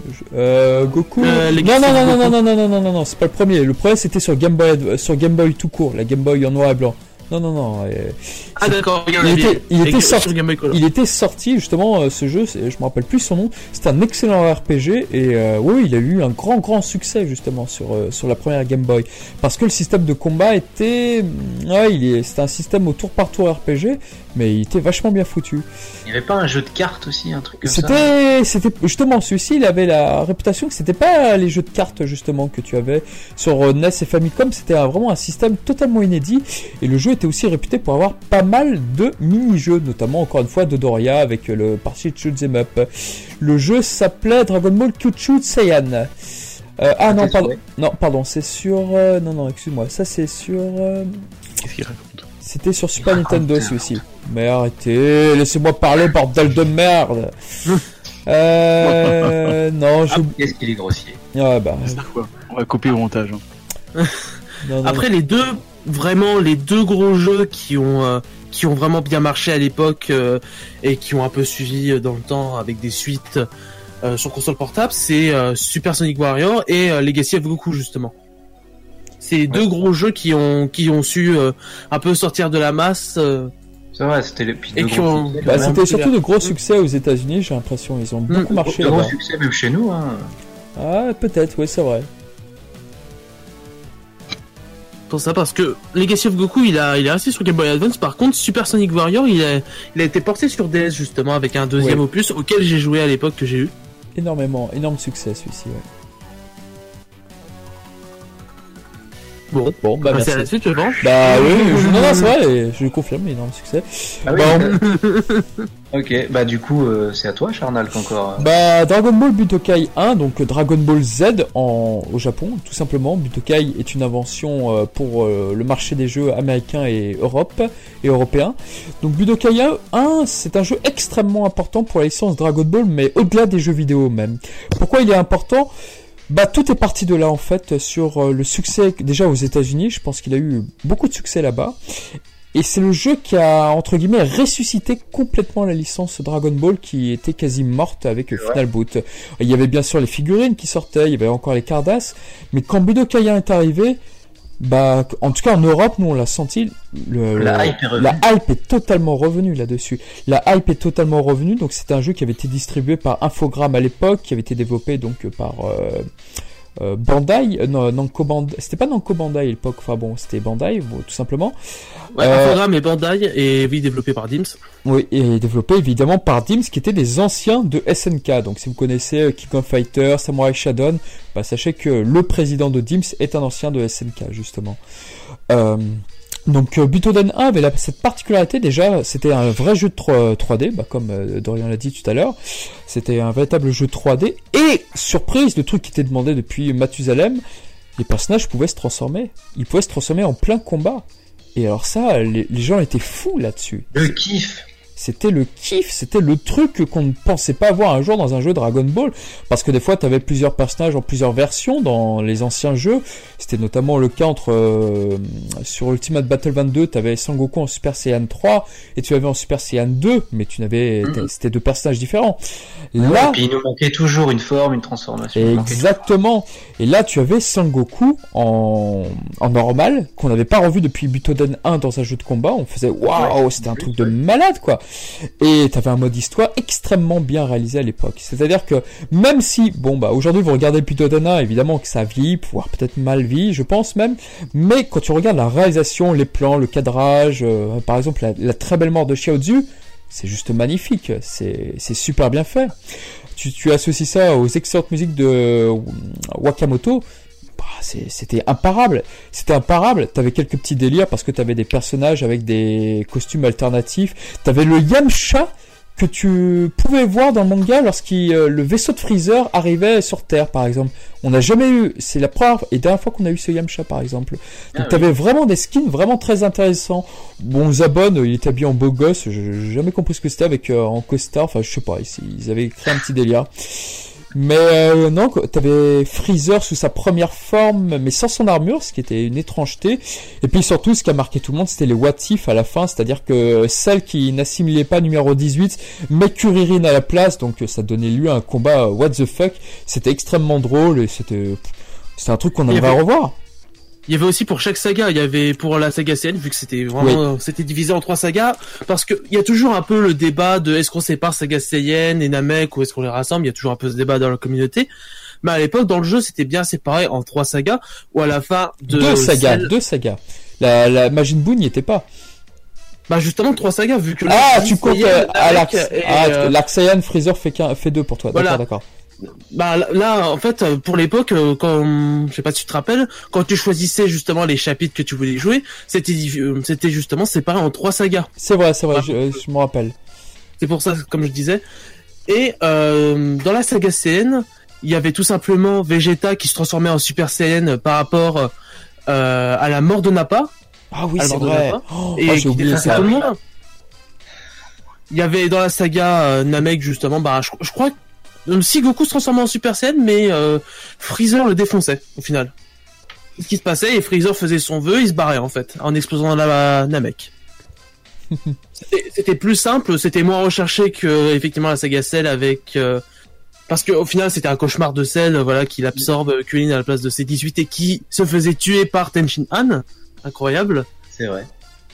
Euh, Goku. Euh, les non, non, non, non, Goku. non, non, non, non, non, non, non, c'est pas le premier. Le premier c'était sur Game Boy, Adv- sur Game Boy tout court, la Game Boy en noir et blanc. Non, non, non. euh, Ah d'accord, il y en Il avait. était- il Avec- était sur sorti- Game Boy Color. Il était sorti justement euh, ce jeu, c'est- je me rappelle plus son nom. C'était un excellent R P G et euh, oui, il a eu un grand grand succès justement sur euh, sur la première Game Boy parce que le système de combat était, ouais, il est, c'était un système au tour par tour R P G, mais il était vachement bien foutu. Il y avait pas un jeu de cartes aussi, un truc comme ça. C'était, c'était justement celui-ci, il avait la réputation que c'était pas les jeux de cartes justement que tu avais sur euh, N E S et Famicom, c'était un- vraiment un système totalement inédit et le jeu était aussi réputé pour avoir pas mal de mini-jeux, notamment encore une fois Dodoria avec euh, le parti de Shoot'em Up. Le jeu s'appelait Dragon Ball Kyuchu Saiyan. Euh, ah Ah, non, t'es pardon, sûr non, pardon, c'est sur, euh, non, non, excuse-moi, ça c'est sur, euh, Qu'est-ce qu'il raconte? c'était sur Super raconte, Nintendo il celui-ci. Mais arrêtez, laissez-moi parler, bordel de merde. Euh, non, je... Ah, qu'est-ce qu'il est grossier. Ah bah, C'est quoi? On va couper au montage. Hein. non, non, Après les deux, vraiment les deux gros jeux qui ont euh, qui ont vraiment bien marché à l'époque euh, et qui ont un peu suivi euh, dans le temps avec des suites euh, sur console portable, c'est euh, Super Sonic Warrior et euh, Legacy of Goku justement. C'est les deux Ouais. gros jeux qui ont qui ont su euh, un peu sortir de la masse. euh, C'est vrai, c'était les puis Et de qui gros ont- succès, bah, quand même. c'était surtout de gros Mm. succès aux États-Unis, j'ai l'impression, ils ont beaucoup Mm. marché de gros là-bas. succès même chez nous. Hein. Ah, peut-être, oui, c'est vrai. pour ça parce que Legacy of Goku il a il est resté sur Game Boy Advance. Par contre Super Sonic Warrior il a il a été porté sur D S justement avec un deuxième Ouais. opus auquel j'ai joué à l'époque que j'ai eu. Énormément, énorme succès celui-ci, ouais. Bon, Bon, bah on va passer à la merci. suite je pense. Bah oui, je... non, non, c'est vrai, et je le confirme, énorme succès. Ah oui, Bon. euh, ok, bah du coup, euh, c'est à toi, Charnal, encore. Bah, Dragon Ball Butokai un, donc Dragon Ball Z en, au Japon, tout simplement. Butokai est une invention euh, pour euh, le marché des jeux américains et Europe et européens. Donc Budokai un, c'est un jeu extrêmement important pour la licence Dragon Ball, mais au-delà des jeux vidéo même. Pourquoi il est important ? Bah, tout est parti de là en fait sur euh, le succès déjà aux États-Unis. Je pense qu'il a eu beaucoup de succès là-bas. Et c'est le jeu qui a, entre guillemets, ressuscité complètement la licence Dragon Ball qui était quasi morte avec euh, Final Boot. Il y avait bien sûr les figurines qui sortaient, il y avait encore les Cardass, mais quand Budokai un est arrivé, bah, en tout cas en Europe, nous on l'a senti, le, La le- hype est revenue. la hype est totalement revenue là-dessus. La hype est totalement revenue, donc c'était un jeu qui avait été distribué par Infogrames à l'époque, qui avait été développé donc par... Euh, Euh, Bandai, euh, non, Namco Bandai, c'était pas Namco Bandai à l'époque, enfin bon, c'était Bandai, bon, tout simplement. Ouais, Euh, Infogrames et Bandai et oui développé par Dims. Oui, et développé évidemment par Dims, qui étaient des anciens de S N K. Donc si vous connaissez euh, King of Fighters, Samurai Shodown, bah, sachez que le président de Dims est un ancien de S N K, justement. Euh, donc euh, Butoden un avait la, cette particularité, déjà, c'était un vrai jeu de trois D, bah, comme euh, Dorian l'a dit tout à l'heure. C'était un véritable jeu trois D. Et, surprise, le truc qui était demandé depuis Mathusalem, les personnages pouvaient se transformer. Ils pouvaient se transformer en plein combat. Et alors ça, les, les gens étaient fous là-dessus. Le kiff. C'était le kiff, c'était le truc qu'on ne pensait pas avoir un jour dans un jeu Dragon Ball, parce que des fois t'avais plusieurs personnages en plusieurs versions dans les anciens jeux. C'était notamment le cas entre euh, sur Ultimate Battle vingt-deux, t'avais Sangoku en Super Saiyan trois et tu avais en Super Saiyan deux, mais tu n'avais Mhm. c'était deux personnages différents. Et Là, puis il nous manquait toujours une forme, une transformation. Il manquait exactement. Et là, tu avais Sangoku en, en normal, qu'on n'avait pas revu depuis Butoden un dans un jeu de combat. On faisait waouh, Ouais, c'était un oui, truc de ouais. malade, quoi. Et t'avais un mode histoire extrêmement bien réalisé à l'époque. C'est-à-dire que, même si, bon, bah, aujourd'hui, vous regardez Butoden un, évidemment que ça vieillit, voire peut-être mal vieilli, je pense même. Mais quand tu regardes la réalisation, les plans, le cadrage, euh, par exemple, la, la très belle mort de Xiaozu, c'est juste magnifique. C'est, c'est super bien fait. Tu, tu associes ça aux excellentes musiques de Wakamoto, bah, c'est, c'était imparable. C'était imparable. T'avais quelques petits délires parce que t'avais des personnages avec des costumes alternatifs. T'avais le Yamcha que tu pouvais voir dans le manga lorsqu'il euh, le vaisseau de Freezer arrivait sur Terre, par exemple. On n'a jamais eu, c'est la première et dernière fois qu'on a eu ce Yamcha, par exemple. Ah Donc oui. t'avais vraiment des skins vraiment très intéressants. Bon, Zabon, il était habillé en beau gosse. J'ai jamais compris ce que c'était avec euh, en costard. Enfin, je sais pas. Ils, ils avaient créé un petit délire. Mais euh, non, t'avais Freezer sous sa première forme, mais sans son armure, ce qui était une étrangeté. Et puis surtout, ce qui a marqué tout le monde, c'était les what if à la fin, c'est-à-dire que celle qui n'assimilait pas numéro dix-huit, mais Kuririn à la place, donc ça donnait lieu à un combat what the fuck. C'était extrêmement drôle et c'était, c'était un truc qu'on aimerait avait... revoir. Il y avait aussi pour chaque saga, il y avait pour la saga C N, vu que c'était vraiment, oui. c'était divisé en trois sagas, parce que il y a toujours un peu le débat de est-ce qu'on sépare saga Saiyan et Namek ou est-ce qu'on les rassemble, il y a toujours un peu ce débat dans la communauté. Mais à l'époque, dans le jeu, c'était bien séparé en trois sagas, ou à la fin de... Deux sagas, celle... deux sagas. La, la Majin Buu n'y était pas. Bah justement, trois sagas, vu que... Ah, tu comptes euh, à l'arc, et, ah, euh... l'arc Saiyan, Freezer fait qu'un, fait deux pour toi, voilà. D'accord, d'accord. Bah là, en fait, pour l'époque, quand je sais pas si tu te rappelles, quand tu choisissais justement les chapitres que tu voulais jouer, c'était c'était justement séparé en trois sagas. C'est vrai, c'est vrai, je, je me rappelle. C'est pour ça, comme je disais. Et euh, dans la saga C N, il y avait tout simplement Vegeta qui se transformait en Super Saiyan par rapport euh, à la mort de Nappa. Ah oui, c'est vrai. Oh, et oh, qui défonçait tout le monde. Il y avait dans la saga euh, Namek justement, bah je, je crois que si Goku se transformait en Super Saiyan, mais euh, Freezer le défonçait au final. Ce qui se passait, et Freezer faisait son vœu, il se barrait en fait, en explosant la Namek. c'était, c'était plus simple, c'était moins recherché que effectivement la saga Cell avec euh, parce que au final c'était un cauchemar de Cell, voilà, qu'il absorbe Kulin à la place de C dix-huit et qui se faisait tuer par Tenshin Han. Incroyable. C'est vrai.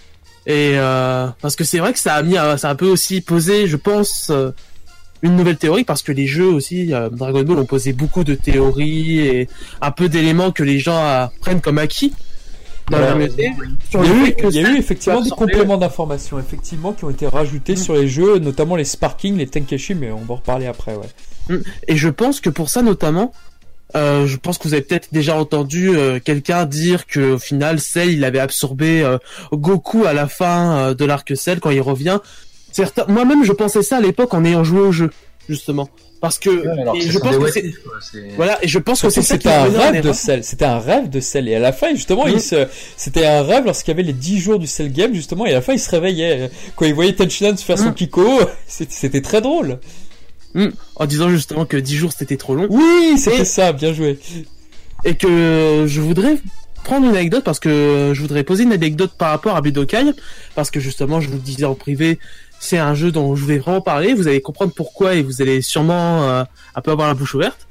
Et euh, parce que c'est vrai que ça a mis, ça a un peu aussi posé, je pense. Euh, une nouvelle théorie, parce que les jeux aussi, euh, Dragon Ball ont posé beaucoup de théories et un peu d'éléments que les gens euh, prennent comme acquis dans euh, la communauté. Il y a eu, il y a eu effectivement des compléments d'informations effectivement qui ont été rajoutés mmh. sur les jeux, notamment les Sparking, les Tenkeshi, mais on va en reparler après, ouais. Et je pense que pour ça notamment, euh, je pense que vous avez peut-être déjà entendu euh, quelqu'un dire que au final Cell il avait absorbé euh, Goku à la fin euh, de l'arc Cell quand il revient. Certains... Moi-même, je pensais ça à l'époque en ayant joué au jeu, justement, parce que ouais, et je pense que c'est... Quoi, c'est voilà, et je pense que c'est ça c'était un rêve de Cell. C'était un rêve de Cell, et à la fin, justement, mmh. il se, c'était un rêve lorsqu'il y avait les dix jours du Cell Game, justement, et à la fin, il se réveillait quand il voyait Tenshinhan se faire mmh. son Kiko. C'était, c'était très drôle. Mmh. En disant justement que dix jours c'était trop long. Oui, c'était et... ça, bien joué. Et que je voudrais prendre une anecdote parce que je voudrais poser une anecdote par rapport à Budokai, parce que justement, je vous le disais en privé. C'est un jeu dont je voulais vraiment parler, vous allez comprendre pourquoi et vous allez sûrement euh, un peu avoir la bouche ouverte.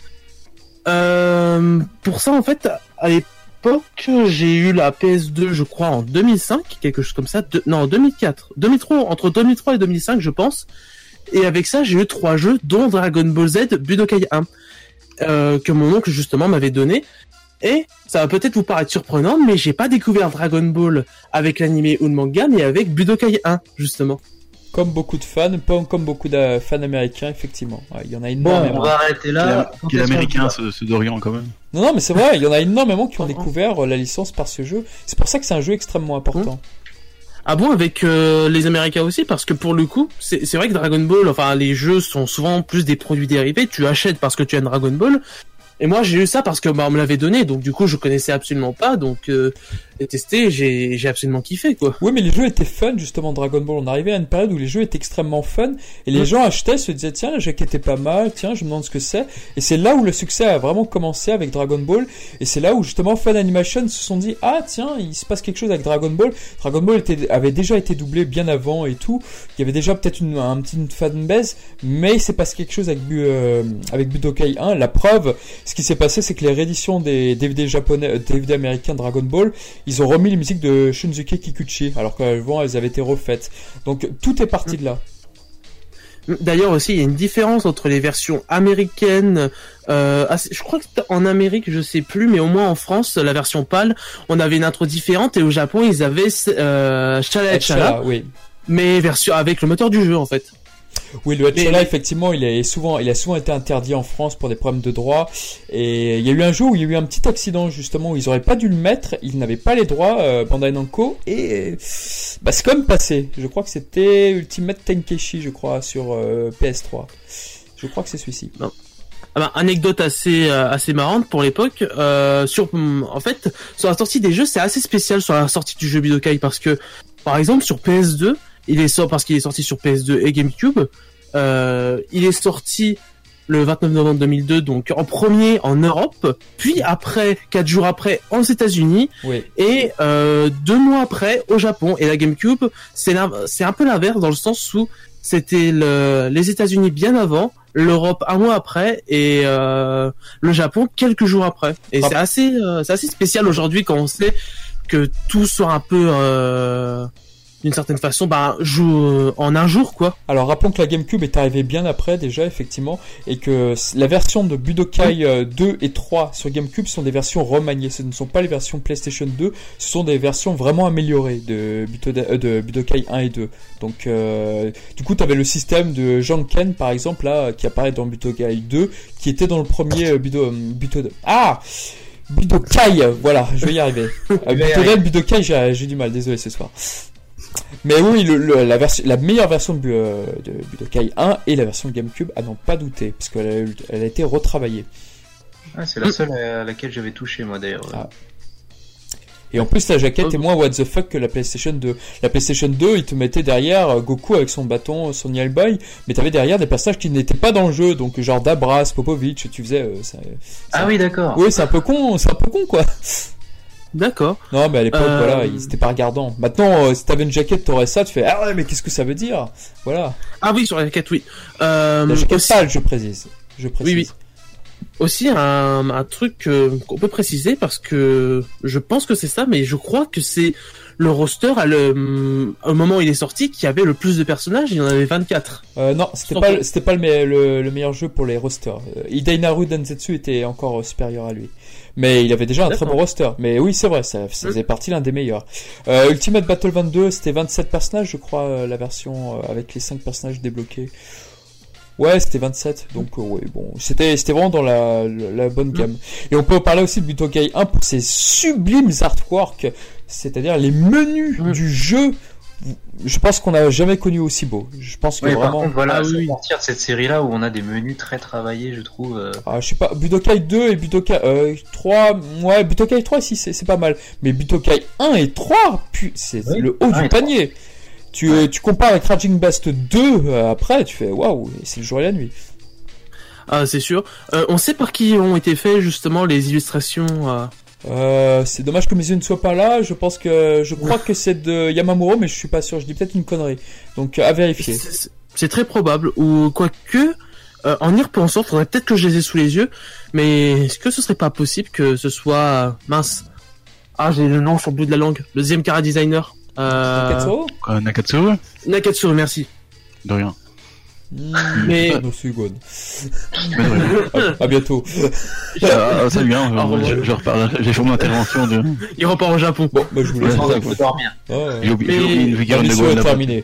Euh, pour ça, en fait, à l'époque, j'ai eu la P S deux, je crois, en deux mille cinq, quelque chose comme ça. De... Non, en deux mille quatre. deux mille trois, entre deux mille trois et deux mille cinq, je pense. Et avec ça, j'ai eu trois jeux, dont Dragon Ball Z Budokai un, euh, que mon oncle, justement, m'avait donné. Et ça va peut-être vous paraître surprenant, mais j'ai pas découvert Dragon Ball avec l'animé ou le manga, mais avec Budokai un, justement. Comme beaucoup de fans, pas comme beaucoup de fans américains, effectivement. Ouais, il y en a énormément. Bon, on va arrêter là. Quel américain, ceux, ceux d'Orient, quand même. Non, non, mais c'est vrai, il y en a énormément qui ont découvert la licence par ce jeu. C'est pour ça que c'est un jeu extrêmement important. Ah bon, avec euh, les Américains aussi, parce que pour le coup, c'est, c'est vrai que Dragon Ball, enfin, les jeux sont souvent plus des produits dérivés. Tu achètes parce que tu as une Dragon Ball. Et moi, j'ai eu ça parce que bah, on me l'avait donné, donc du coup, je connaissais absolument pas, donc euh, et testé, j'ai j'ai absolument kiffé, quoi. Oui, mais les jeux étaient fun, justement, Dragon Ball. On arrivait à une période où les jeux étaient extrêmement fun, et les mmh. gens achetaient, se disaient, tiens, la jaquette est pas mal, tiens, je me demande ce que c'est. Et c'est là où le succès a vraiment commencé avec Dragon Ball, et c'est là où, justement, Fan Animation se sont dit, ah, tiens, il se passe quelque chose avec Dragon Ball. Dragon Ball était, avait déjà été doublé bien avant et tout. Il y avait déjà peut-être une, un petit fanbase, mais il s'est passé quelque chose avec, euh, avec Budokai un. La preuve, ce qui s'est passé, c'est que les rééditions des D V D japonais, D V D américains Dragon Ball, ils ont remis les musiques de Shunsuke Kikuchi, alors qu'avant elles avaient été refaites. Donc tout est parti de là. D'ailleurs aussi, il y a une différence entre les versions américaines. Euh, je crois que en Amérique, je sais plus, mais au moins en France, la version PAL, on avait une intro différente, et au Japon, ils avaient euh, Chala et Chala, oui. Mais version avec le moteur du jeu en fait. Oui, le Hatchala, effectivement, il est souvent, il a souvent été interdit en France pour des problèmes de droit. Et il y a eu un jour où il y a eu un petit accident, justement, où ils auraient pas dû le mettre, ils n'avaient pas les droits, euh, Bandai Namco, et bah, c'est comme passé. Je crois que c'était Ultimate Tenkeshi, je crois, sur euh, P S trois. Je crois que c'est celui-ci. Non. Ah bah, anecdote assez euh, assez marrante pour l'époque. Euh, sur, en fait, sur la sortie des jeux, c'est assez spécial sur la sortie du jeu Budokai, parce que, par exemple, sur P S deux, il est sorti parce qu'il est sorti sur P S deux et GameCube. Euh, il est sorti le vingt-neuf novembre deux mille deux, donc en premier en Europe, puis après, quatre jours après, aux États-Unis, Oui. et euh, deux mois après au Japon. Et la GameCube, c'est l'in- c'est un peu l'inverse dans le sens où c'était le, les États-Unis bien avant, l'Europe un mois après et euh, le Japon quelques jours après. Et Ah. c'est assez, euh, c'est assez spécial aujourd'hui quand on sait que tout soit un peu euh, d'une certaine façon, bah, joue euh, en un jour, quoi. Alors rappelons que la GameCube est arrivée bien après déjà effectivement et que la version de Budokai euh, deux et trois sur GameCube sont des versions remaniées, ce ne sont pas les versions PlayStation deux, ce sont des versions vraiment améliorées de, Butoda- euh, de Budokai un et deux. Donc euh, du coup tu avais le système de Janken par exemple là qui apparaît dans Budokai deux qui était dans le premier euh, Budo, euh, Butoda- Ah Budokai, voilà, je vais y arriver. Euh, Butoden, Budokai, j'ai, j'ai du mal, désolé ce soir. Mais oui, le, le, la, version, la meilleure version de, euh, de Budokai un et la version de GameCube, à n'en pas douter, parce qu'elle a, eu- elle a été retravaillée. Ah, c'est la seule à laquelle j'avais touché, moi, d'ailleurs. Ah. Et en plus, la jaquette est moins what the fuck que la PlayStation deux. La PlayStation deux, il te mettait derrière euh, Goku avec son bâton, son Yell Boy, mais t'avais derrière des personnages qui n'étaient pas dans le jeu, donc genre Dabras, Popovich, tu faisais... Euh, ça, Ah ça- oui, d'accord. Oui, c'est un peu con, c'est un peu con, quoi. D'accord. Non, mais à l'époque, Euh, voilà, ils étaient pas regardants. Maintenant, euh, si t'avais une jaquette, t'aurais ça, tu fais, ah ouais, mais qu'est-ce que ça veut dire? Voilà. Ah oui, sur la jaquette, oui. Euh, La jaquette aussi, pâle, je précise. Je précise. Oui, oui. aussi un, un truc euh, qu'on peut préciser parce que je pense que c'est ça, mais je crois que c'est le roster à le, au moment où il est sorti qui avait le plus de personnages. Il y en avait vingt-quatre. Euh, non, c'était Sans pas, doute. c'était pas le, me- le, le meilleur jeu pour les rosters. Euh, Idainaru Densetsu était encore euh, supérieur à lui. Mais il avait déjà un très D'accord. bon roster. Mais oui, c'est vrai, ça, ça faisait partie l'un des meilleurs. Euh, Ultimate Battle vingt-deux, c'était vingt-sept personnages, je crois, euh, la version euh, avec les cinq personnages débloqués. Ouais, c'était vingt-sept, donc euh, ouais, bon, c'était c'était vraiment dans la, la, la bonne gamme. Et on peut parler aussi de Budokai un pour ses sublimes artworks, c'est-à-dire les menus Mm. du jeu. Je pense qu'on n'a jamais connu aussi beau. Je pense que Ouais, par vraiment... contre, voilà, Ah c'est oui. à partir de cette série-là où on a des menus très travaillés, je trouve. euh, Ah, je sais pas, Budokai deux et Budokai euh, trois, ouais, Budokai trois, si, c'est c'est pas mal. Mais Budokai un et trois, pu- c'est Oui, le haut un du et panier. Tu, euh, tu compares avec Raging Blast deux euh, après, tu fais waouh, c'est le jour et la nuit. Ah, c'est sûr. Euh, on sait par qui ont été faites justement les illustrations. Euh... Euh, c'est dommage que mes yeux ne soient pas là. Je pense que, je crois que c'est de Yamamuro, mais je suis pas sûr. Je dis peut-être une connerie. Donc, à vérifier. C'est c'est très probable. Ou quoique, euh, en y repensant, faudrait peut-être que je les ai sous les yeux. Mais est-ce que ce serait pas possible que ce soit euh, mince? Ah, j'ai le nom sur le bout de la langue. Le deuxième cara designer. Euh... Katsuro? Quoi, Nakatsuru Nakatsuru, merci. De rien. Hmm, Mais- no sugon. Mais de rien. À, à bientôt. Ah, ah, salut, hein, Au revoir. je, je repars, j'ai fait mon intervention de... Il repart au Japon. Bon, bah, je vous laisse. Ouais, sans c'est ça, il faut quoi. dormir. Ah, ouais. J'ai oublié, Mais- j'ai oublié une La figurine de mission Gohan est là-bas. terminée.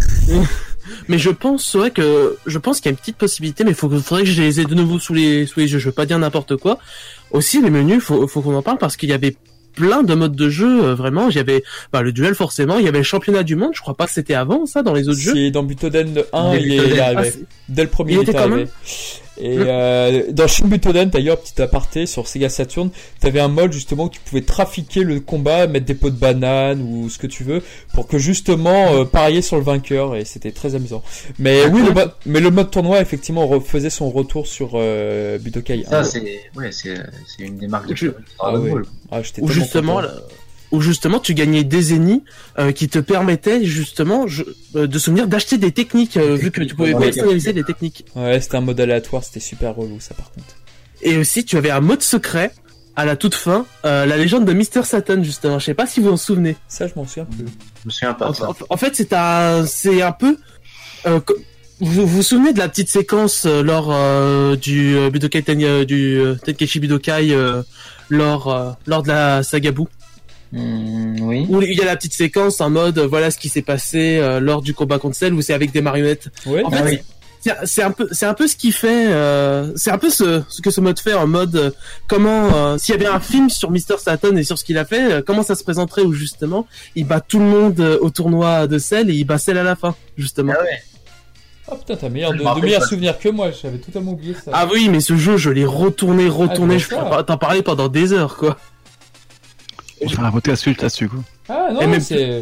Mais je pense, ouais, que je pense qu'il y a une petite possibilité, mais faut, faudrait que je les ai de nouveau sous les sous les yeux. Je veux pas dire n'importe quoi. Aussi, les menus, faut, faut qu'on en parle parce qu'il y avait plein de modes de jeu. euh, vraiment, il y avait bah, le duel forcément. Il y avait le championnat du monde. Je crois pas que c'était avant ça dans les autres jeux. C'est dans Butoden un, Dès il est, Butoden. il est Ah, arrivé. c'est- Dès le premier, Il il, était est quand arrivé. même- Et Mm. euh, dans Shin Butoden, d'ailleurs, petit aparté, sur Sega Saturn, t'avais un mode justement où tu pouvais trafiquer le combat, mettre des pots de banane ou ce que tu veux, pour que justement euh, parier sur le vainqueur, et c'était très amusant. Mais oui, le mode, mais le mode tournoi, effectivement, refaisait son retour sur euh, Budokai un. Ça, c'est ouais, c'est c'est une des marques de Je- Dragon Ah ouais. Ball. Ah, j'étais Ou tellement justement, content. là, où justement tu gagnais des ennemis euh, qui te permettaient justement je, euh, de souvenir d'acheter des techniques euh, Des vu que techniques, tu pouvais ouais, personnaliser ouais. des techniques. Ouais, c'était un mode aléatoire, c'était super relou, ça, par contre. Et aussi tu avais un mode secret à la toute fin, euh, la légende de Mister Satan justement. Je sais pas si vous en souvenez. Ça, je m'en souviens plus. Je me souviens pas En, de ça. en- en fait c'est un c'est un peu euh, co- vous, vous vous souvenez de la petite séquence euh, lors euh, du euh, Budokai Ten- euh, du euh, Tenkaichi Budokai euh, lors euh, lors de la saga Buu, Hmm, oui. où il y a la petite séquence en mode euh, voilà ce qui s'est passé euh, lors du combat contre Cell où c'est avec des marionnettes. Ouais. En fait, Ah oui. c'est c'est un peu, c'est un peu ce qui fait, euh, c'est un peu ce, ce que ce mode fait en mode euh, comment, euh, s'il y avait un film sur Mister Satan et sur ce qu'il a fait, euh, comment ça se présenterait où justement il bat tout le monde euh, au tournoi de Cell et il bat Cell à la fin justement. Ah ouais. Ah putain, t'as meilleur, Je de, me de rappelle meilleurs pas. souvenirs que moi, j'avais totalement oublié ça. Ah oui, mais ce jeu je l'ai retourné, retourné, Ah, je c'est ça. pourrais pas t'en parler pendant des heures quoi. On fait un podcast suite là-dessus, quoi. Ah non, Et même- c'est...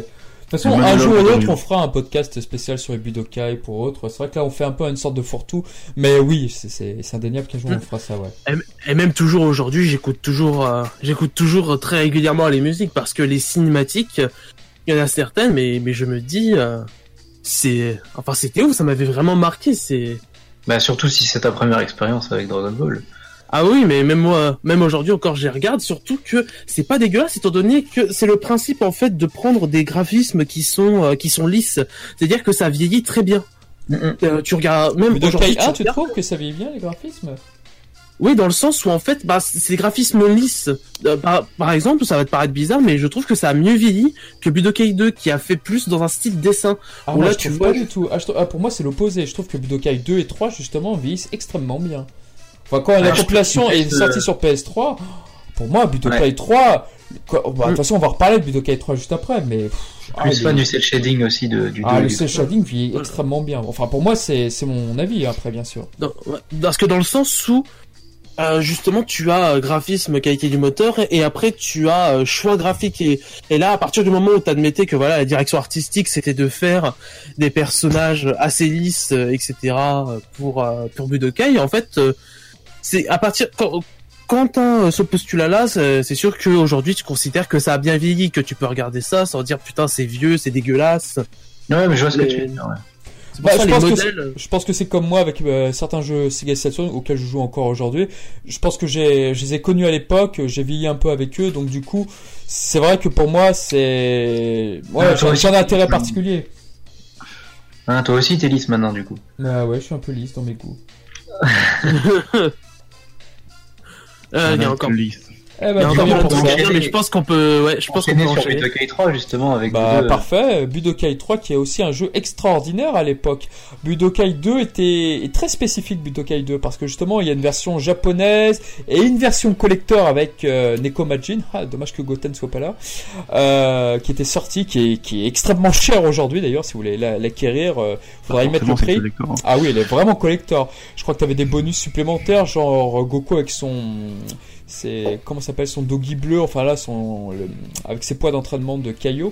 De toute façon, Le un monologue jour ou de l'autre, Ryu. on fera un podcast spécial sur les Budokai pour autres. C'est vrai que là, on fait un peu une sorte de fourre-tout. Mais oui, c'est, c'est, c'est indéniable qu'un jour on fera ça, ouais. Et, et même toujours aujourd'hui, j'écoute toujours, euh, j'écoute toujours très régulièrement les musiques parce que les cinématiques, il y en a certaines, mais, mais je me dis, euh, c'est, enfin, c'était ouf, ça m'avait vraiment marqué, c'est, Bah surtout si c'est ta première expérience avec Dragon Ball. ah oui, mais même moi, même aujourd'hui encore, j'y regarde, surtout que c'est pas dégueulasse, étant donné que c'est le principe, en fait, de prendre des graphismes qui sont, euh, qui sont lisses. C'est-à-dire que ça vieillit très bien. Mm-mm. Euh, tu regardes, même Budokai aujourd'hui, un, tu regardes- trouves que ça vieillit bien, les graphismes? Oui, dans le sens où en fait, bah, c'est des graphismes lisses. Euh, par, par exemple, ça va te paraître bizarre, mais je trouve que ça a mieux vieilli que Budokai deux, qui a fait plus dans un style dessin. Ah, Où moi, là, je tu trouve vois- pas du tout. Ah, je trouve- ah, pour moi, c'est l'opposé. Je trouve que Budokai deux et trois, justement, vieillissent extrêmement bien. Enfin, quand la je compilation trouve est que- sortie sur P S trois, pour moi, Budokai Ouais. trois, quoi- bah, de toute Mm. façon, on va reparler de Budokai trois juste après, mais, pff, ah, Plus il fan est- du cel shading aussi de, du ah, deux le et du cel trois. shading vieillit extrêmement bien. Enfin, pour moi, c'est, c'est mon avis, après, bien sûr. Dans- ouais, parce que dans le sens où, euh, justement, tu as euh, graphisme, qualité du moteur, et, et après tu as euh, choix graphique. Et, et là, à partir du moment où tu admettais que voilà, la direction artistique, c'était de faire des personnages assez lisses, euh, et cetera, euh, pour, euh, pour Budokai, en fait, euh, c'est à partir... Quand, quand t'as ce postulat-là, c'est c'est sûr qu'aujourd'hui, tu considères que ça a bien vieilli, que tu peux regarder ça sans dire putain, c'est vieux, c'est dégueulasse. Ouais, mais je vois ce que Les- tu veux dire. Ouais. C'est pour Bah, ça je les pense que modèles... Je pense que c'est comme moi avec euh, certains jeux Sega Saturn auxquels je joue encore aujourd'hui. Je pense que j'ai, je les ai connus à l'époque, j'ai vieilli un peu avec eux, donc du coup, c'est vrai que pour moi, c'est, ouais, Ah, j'en toi j'ai un aussi. intérêt particulier. Hein, toi aussi, t'es lisse maintenant, du coup. Ah ouais, je suis un peu lisse dans mes goûts. Euh, il y a encore... lisse. Eh Il y ben, a très encore bien bien pour pour ça. enchaîner, mais je pense qu'on peut, ouais, je pense qu'on peut Enchaîner sur enchaîner. Budokai trois, justement, avec Bah, vous deux. parfait. Budokai trois qui est aussi un jeu extraordinaire à l'époque. Budokai deux était est très spécifique, Budokai deux, parce que justement il y a une version japonaise et une version collector avec euh, Neko Majin. Ah, dommage que Goten soit pas là. Euh, qui était sortie, qui est, qui est extrêmement cher aujourd'hui d'ailleurs. Si vous voulez la- l'acquérir, euh, faudra y mettre le Forcément, c'est prix. collector, hein. Ah oui, elle est vraiment collector. Je crois que t'avais des bonus supplémentaires, genre Goku avec son, c'est comment ça s'appelle, son doggy bleu, enfin là son, le- avec ses poids d'entraînement de Kaio.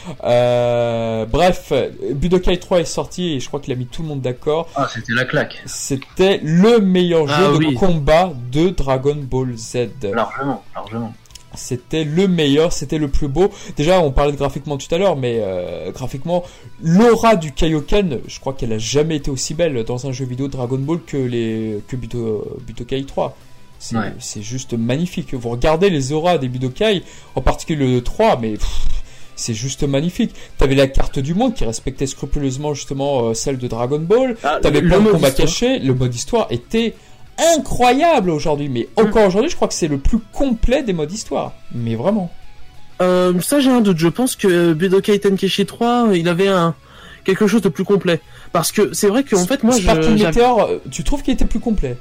Euh, bref, Budokai trois est sorti et je crois qu'il a mis tout le monde d'accord. Ah, c'était la claque. C'était le meilleur jeu Ah de oui. combat de Dragon Ball Z. Largement, largement. C'était le meilleur, c'était le plus beau. Déjà, on parlait de graphiquement tout à l'heure, mais euh, graphiquement, l'aura du Kaioken, je crois qu'elle a jamais été aussi belle dans un jeu vidéo Dragon Ball que les que Budo, Budokai trois. C'est Ouais. c'est juste magnifique. Vous regardez les auras des Budokai, en particulier le trois, mais pff, c'est juste magnifique. T'avais la carte du monde qui respectait scrupuleusement justement euh, celle de Dragon Ball. Ah, T'avais le plein de mode combats histoire. cachés. Le mode histoire était incroyable aujourd'hui, mais encore aujourd'hui, je crois que c'est le plus complet des modes histoire. Mais vraiment. Euh, ça, j'ai un doute. Je pense que Budokai Tenkaichi trois, il avait un quelque chose de plus complet. Parce que c'est vrai qu'en fait, moi, je, Sparking j'avais- Meteor, euh, tu trouves qu'il était plus complet?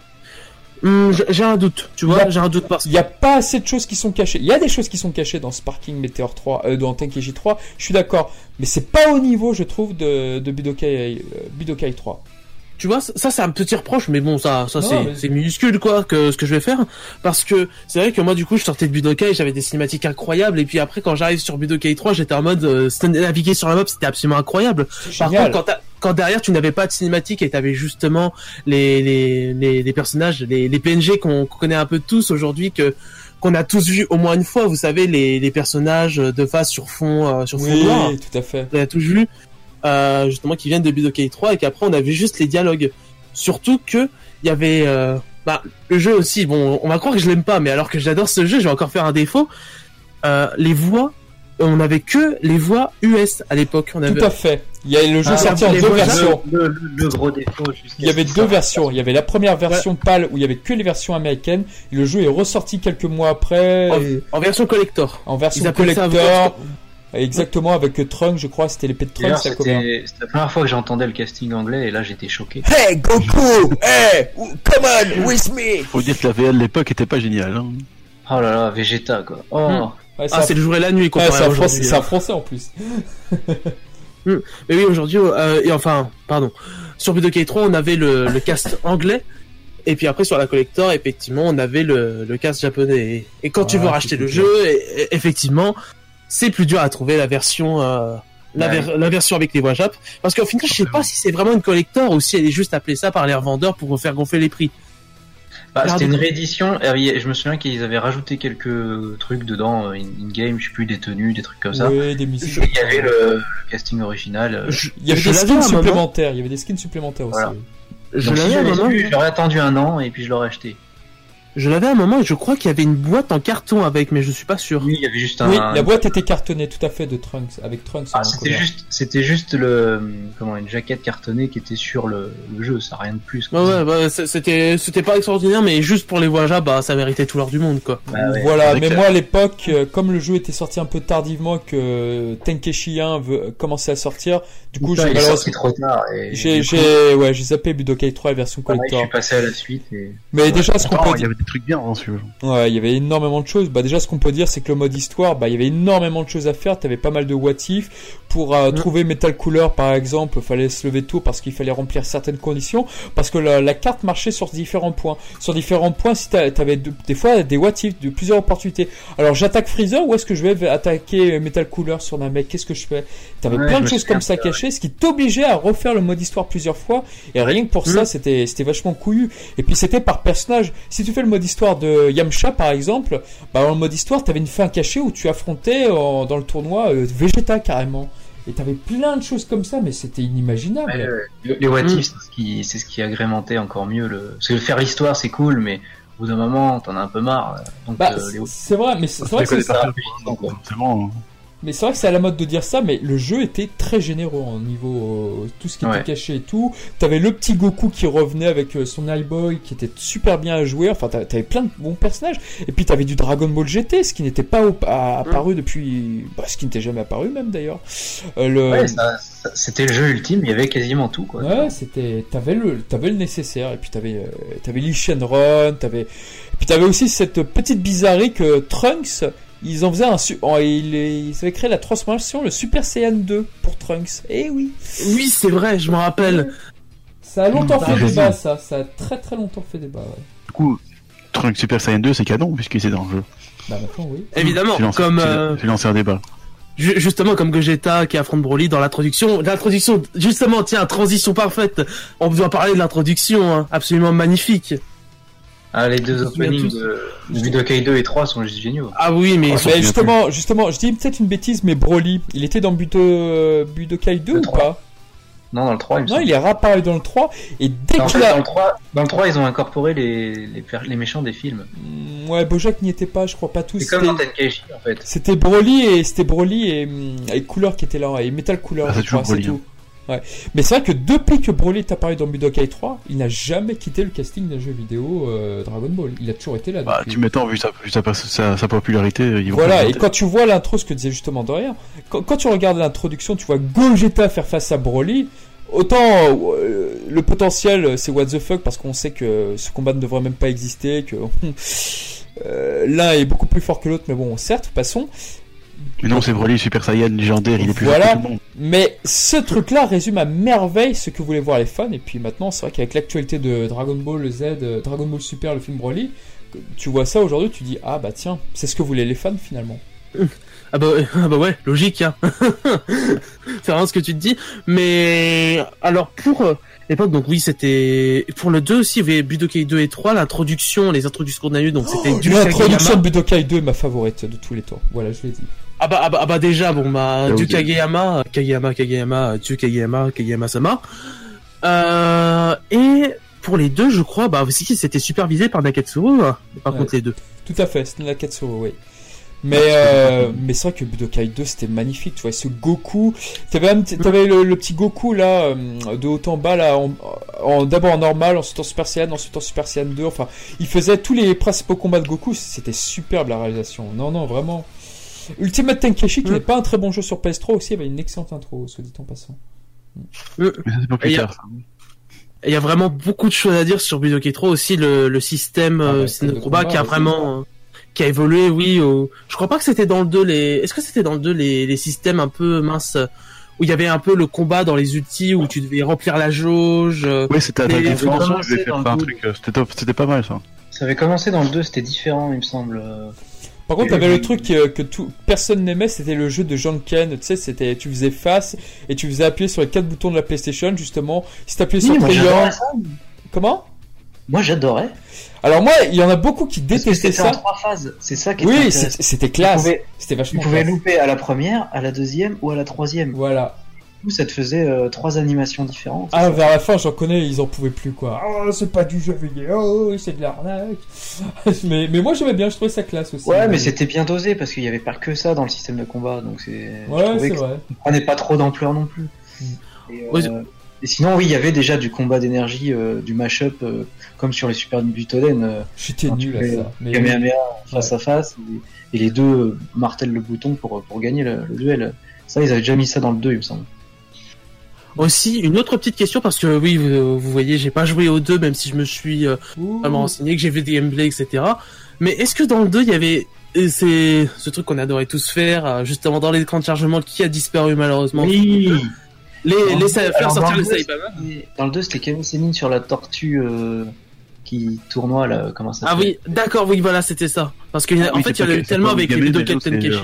Hum, j'ai j'ai un doute. Tu Il y vois, a- j'ai un doute parce Il n'y a pas assez de choses qui sont cachées. Il y a des choses qui sont cachées dans Sparking Meteor trois, euh, dans Tenkaichi trois, je suis d'accord. Mais c'est pas au niveau, je trouve, de, de Budokai, euh, Budokai trois. tu vois, ça, c'est un petit reproche, mais bon, ça, ça Non, c'est, mais- c'est minuscule, quoi, que ce que je vais faire. Parce que c'est vrai que moi, du coup, je sortais de Budokai, j'avais des cinématiques incroyables, et puis après, quand j'arrive sur Budokai trois, j'étais en mode, euh, c'était- naviguer sur la map, c'était absolument incroyable. Par Génial. contre, quand, t'as- quand derrière, tu n'avais pas de cinématique et t'avais justement les, les, les, les personnages, les, les P N G qu'on qu'on connaît un peu tous aujourd'hui, que, qu'on a tous vu au moins une fois, vous savez, les, les personnages de face sur fond, euh, sur fond Oui, noir. tout à fait. On a tous vu, euh, justement, qui viennent de Budokai trois, et qu'après, on a vu juste les dialogues. Surtout que, il y avait, euh, bah, le jeu aussi, bon, on va croire que je l'aime pas, mais alors que j'adore ce jeu, je vais encore faire un défaut. Euh, les voix, on avait que les voix U S à l'époque. On avait... Tout à fait. Il y a le jeu Ah, sorti en les deux voix- versions. Le, le, le gros défaut, jusqu'à Il y avait ce que deux ça- versions. Il y avait la première version pâle où il y avait que les versions américaines. Et le jeu est ressorti quelques mois après en, et- en version collector. en version Ils appellent ça collector. Exactement, avec Trunk, je crois, c'était l'épée de Trunk, D'ailleurs, ça combien? C'était c'était la première fois que j'entendais le casting anglais et là j'étais choqué. Hey Goku, hey, come on with me. Faut dire que la V L de l'époque était pas géniale. Hein. Oh là là, Vegeta quoi. Oh. Hmm. Ouais, Ah, c'est le jour et la nuit ouais, comparé c'est à un français, aujourd'hui. c'est un hein. français en plus. Mais oui, aujourd'hui, euh, et enfin, pardon. Sur Budokai trois, on avait le, le cast anglais. Et puis après, sur la collector, effectivement, on avait le, le cast japonais. Et, et quand tu Ah, veux c'est racheter le cool. jeu, et- et- effectivement, c'est plus dur à trouver la version euh, la, Ouais. ver- la version avec les voix Jap, parce qu'au final je sais pas si c'est vraiment une collector ou si elle est juste appelée ça par les revendeurs pour faire gonfler les prix. Bah, Regardez. c'était une réédition. euh, il y a- Je me souviens qu'ils avaient rajouté quelques trucs dedans, euh, in- in-game, je sais plus, des tenues, des trucs comme ça. Oui, des musiques. Et il y avait le, le casting original. euh, Je, Il y avait je des l'avais skins à un moment. supplémentaires. Il y avait des skins supplémentaires aussi. Voilà. Je Donc si l'avais à un j'avais moment. su, j'aurais attendu un an et puis je l'aurais acheté. Je l'avais à un moment et je crois qu'il y avait une boîte en carton avec, mais je suis pas sûr. Oui, il y avait juste un. Oui, la boîte était cartonnée tout à fait de Trunks, avec Trunks. Ah, en c'était cover. juste, c'était juste le, comment, une jaquette cartonnée qui était sur le, le jeu, ça rien de plus. Ouais, ouais, bah, c- c'était, c'était pas extraordinaire, mais juste pour les voix Jap, bah, ça méritait tout l'or du monde, quoi. Bah ouais. Voilà, Avec mais la- moi à l'époque, euh, comme le jeu était sorti un peu tardivement, que Tenkeshi un veut commencer à sortir, du coup, Putain, j'ai il est sorti malheureusement- trop tard. Et j'ai, du coup, j'ai, ouais, j'ai zappé Budokai trois, la version pareil, je collector. suis passé à la suite et. Mais déjà, ce qu'on Pourtant, peut il y avait des trucs bien dans ce jeu. Ouais, il y avait énormément de choses. Bah déjà, ce qu'on peut dire, c'est que le mode histoire, bah il y avait énormément de choses à faire. T'avais pas mal de what if. Pour euh, Mm. trouver Metal Cooler, par exemple, fallait se lever tôt parce qu'il fallait remplir certaines conditions. Parce que la, la carte marchait sur différents points. Sur différents points, si t'a- t'avais de- des fois des what if, de plusieurs opportunités. Alors j'attaque Freezer ou est-ce que je vais attaquer Metal Cooler sur un mec? Qu'est-ce que je fais? T'avais Ouais, plein je de me choses souviens comme ça de ça, cachées, ce qui t'obligeait à refaire le mode histoire plusieurs fois. Et rien que pour Mm. ça, c'était c'était vachement couillu. Et puis c'était par personnage. Si tu fais le mode histoire de Yamcha, par exemple, bah, dans le mode histoire, t'avais une fin cachée où tu affrontais euh, dans le tournoi euh, Vegeta carrément. Et t'avais plein de choses comme ça, mais c'était inimaginable. Ouais, ouais. Le- Les what Mm. if, c'est ce qui, c'est ce qui agrémentait encore mieux le. Parce que faire l'histoire, c'est cool, mais au bout d'un moment, t'en as un peu marre. Donc, Bah, euh, c'est- les what c'est vrai, mais c'est c'est vrai que c'est ça. ça. C'est bon. Mais c'est vrai que c'est à la mode de dire ça, mais le jeu était très généreux au niveau euh, tout ce qui Ouais. était caché et tout. T'avais le petit Goku qui revenait avec euh, son Eye Boy qui était super bien à jouer. Enfin, t'avais, t'avais plein de bons personnages. Et puis t'avais du Dragon Ball G T, ce qui n'était pas au- à- apparu depuis, bah, ce qui n'était jamais apparu même d'ailleurs. Euh, le... Ouais, ça, ça- c'était le jeu ultime, il y avait quasiment tout, quoi. Ouais, c'était, t'avais le, t'avais le nécessaire, et puis t'avais, euh, t'avais Lee Shenron, t'avais, et puis t'avais aussi cette petite bizarrerie que Trunks, ils en faisaient un, su- oh, ils, ils avaient créé la transformation, le Super Saiyan deux pour Trunks. Eh oui. Oui, c'est vrai, je me rappelle. Ça a longtemps Mmh, fait j'ai débat, vu. ça, ça a très très longtemps fait débat, ouais. Du coup, Trunks Super Saiyan deux, c'est canon, puisqu'il c'est dans le jeu. Bah maintenant, oui. Évidemment, J'ai lancé, comme, j'ai- euh, j'ai lancé un débat. ju- justement, comme Gogeta qui affronte Broly dans l'introduction. L'introduction, justement, tiens, transition parfaite. On doit parler de l'introduction, hein, absolument magnifique. Ah, les deux Je me souviens openings tous. de, de Budokai deux et trois sont juste géniaux. Ah oui, mais ils Ah, sont- mais- Mais justement, justement, je dis peut-être une bêtise, mais Broly, il était dans Budo, euh, Budokai deux Le ou trois. pas? Non, dans le trois, il me Non, semble. il est réapparu dans le trois, et dès En qu'il fait, a... dans le trois, dans le trois, ils ont incorporé les, les, per- les méchants des films. Mm, Ouais, Bojack n'y était pas, je crois pas tous. C'est comme dans C'était- Tenkaichi, en fait. C'était Broly et c'était Broly et, hum, et Cooler qui étaient là, et Metal Cooler. Ah, c'est je crois, toujours Broly, tout. Ouais. Mais c'est vrai que depuis que Broly est apparu dans Budokai trois, il n'a jamais quitté le casting d'un jeu vidéo euh, Dragon Ball. Il a toujours été là. Bah, depuis. tu m'étends, vu sa, vu sa, sa, sa popularité, ils vont Voilà, pas et le quand tu vois l'intro, ce que disait justement Dorian, quand, quand tu regardes l'introduction, tu vois Gogeta faire face à Broly. Autant euh, le potentiel c'est what the fuck parce qu'on sait que ce combat ne devrait même pas exister, que euh, l'un est beaucoup plus fort que l'autre, mais bon, certes, passons. Mais non, c'est Broly, Super Saiyan légendaire, il est plus Voilà. fort que tout le monde. Mais ce truc-là résume à merveille ce que voulaient voir les fans. Et puis maintenant, c'est vrai qu'avec l'actualité de Dragon Ball Z, euh, Dragon Ball Super, le film Broly, que tu vois ça aujourd'hui, tu dis ah bah tiens, c'est ce que voulaient les fans finalement. Ah bah, ouais, ah bah ouais, logique, hein. C'est vraiment ce que tu te dis. Mais alors pour euh, l'époque, donc oui, c'était pour le deux aussi, il y avait Budokai deux et trois, l'introduction, les introductions qu'on a eues, donc c'était du L'introduction de Kageyama. Budokai deux est ma favorite de tous les temps. Voilà, je l'ai dit. Ah bah, ah bah, ah bah déjà, bon bah, Ah du oui. Kageyama, Kageyama, Kageyama, du Kageyama, Kageyama-sama. Euh, et pour les deux, je crois, bah aussi c'était supervisé par Nakatsuru, hein, par Ouais. contre les deux. Tout à fait, c'était Nakatsuru, oui. Mais, euh, mais c'est vrai que Budokai deux c'était magnifique, tu vois, ce Goku, t'avais, un petit- t'avais le, le petit Goku là, euh, de haut en bas là, en, en- d'abord en normal, ensuite en Super Saiyan, ensuite en Super Saiyan deux, enfin, il faisait tous les principaux combats de Goku, c'était superbe la réalisation, non non vraiment. Ultimate Tenkeshi qui Mm. n'est pas un très bon jeu sur P S trois aussi, avait une excellente intro, soit dit en passant. Euh, Mais ça, c'est pas plus Et y a- tard. ça. Et il y a vraiment beaucoup de choses à dire sur Budokai trois aussi, le, le système, Ah bah, euh, le système de de combat combat, qui a ouais, vraiment, euh, qui a évolué, oui. Au... Je crois pas que c'était dans le deux les. Est-ce que c'était dans le deux les, les systèmes un peu minces euh, où il y avait un peu le combat dans les outils où tu devais remplir la jauge. euh, Ouais, c'était Mais attaque ils ont défense, commencé tu devais dans faire le un deux. truc, euh, c'était top, c'était pas mal ça. Ça avait commencé dans le deux, c'était différent, il me semble. euh. Par contre, Et t'avais oui. le truc que, que tout, personne n'aimait, c'était le jeu de Janken. Tu sais, c'était, tu faisais face et tu faisais appuyer sur les quatre boutons de la PlayStation, justement. Si t'appuyais Oui, sur moi, triangle. j'adorais ça. Comment? Moi, j'adorais. Alors moi, il y en a beaucoup qui Parce que détestaient c'était en ça. trois phases. C'est ça qui était Oui, intéressant. c'était c'était Tu classe. pouvais, C'était tu vachement pouvais classe. louper à la première, à la deuxième ou à la troisième. Voilà. Du coup, ça te faisait euh, trois animations différentes. Ah, vers la fin, j'en connais, ils en pouvaient plus, quoi. Oh, c'est pas du jeu vidéo, c'est de l'arnaque. mais, mais moi, j'aimais bien, je trouvais ça classe aussi. Ouais, mais c'était bien dosé parce qu'il y avait pas que ça dans le système de combat, donc c'est. je Ouais, trouvais c'est que vrai. ça prenait pas trop d'ampleur non plus. Mm. Et, euh, Ouais, et sinon, oui, il y avait déjà du combat d'énergie, euh, du mash-up, euh, comme sur les Super Butoden, euh, J'étais quand tu nul à fais ça. Mais Kamehameha face à face, et, et les deux euh, martèlent le bouton pour, pour gagner le, le duel. Ça, ils avaient déjà mis ça dans le deux, il me semble. Aussi, une autre petite question, parce que oui, vous, vous voyez, j'ai pas joué au deux, même si je me suis euh, Ouh. vraiment renseigné, que j'ai vu des gameplays, et cetera. Mais est-ce que dans le deux, il y avait euh, c'est ce truc qu'on adorait tous faire, euh, justement dans l'écran de chargement qui a disparu malheureusement. Oui. Les, Dans les, le sa- deux- faire alors, sortir dans les le deux, Saibaman. c'était- Dans le deux, c'était Kevin Sennin sur la tortue euh, qui tournoie là, comment ça Ah s'appelle oui, d'accord, oui, voilà, c'était ça. Parce que, en Oui, fait, c'est il y en a pas- eu c'est tellement pas avec les Gamé, Budokai mais c'est, Tenkaichi. euh,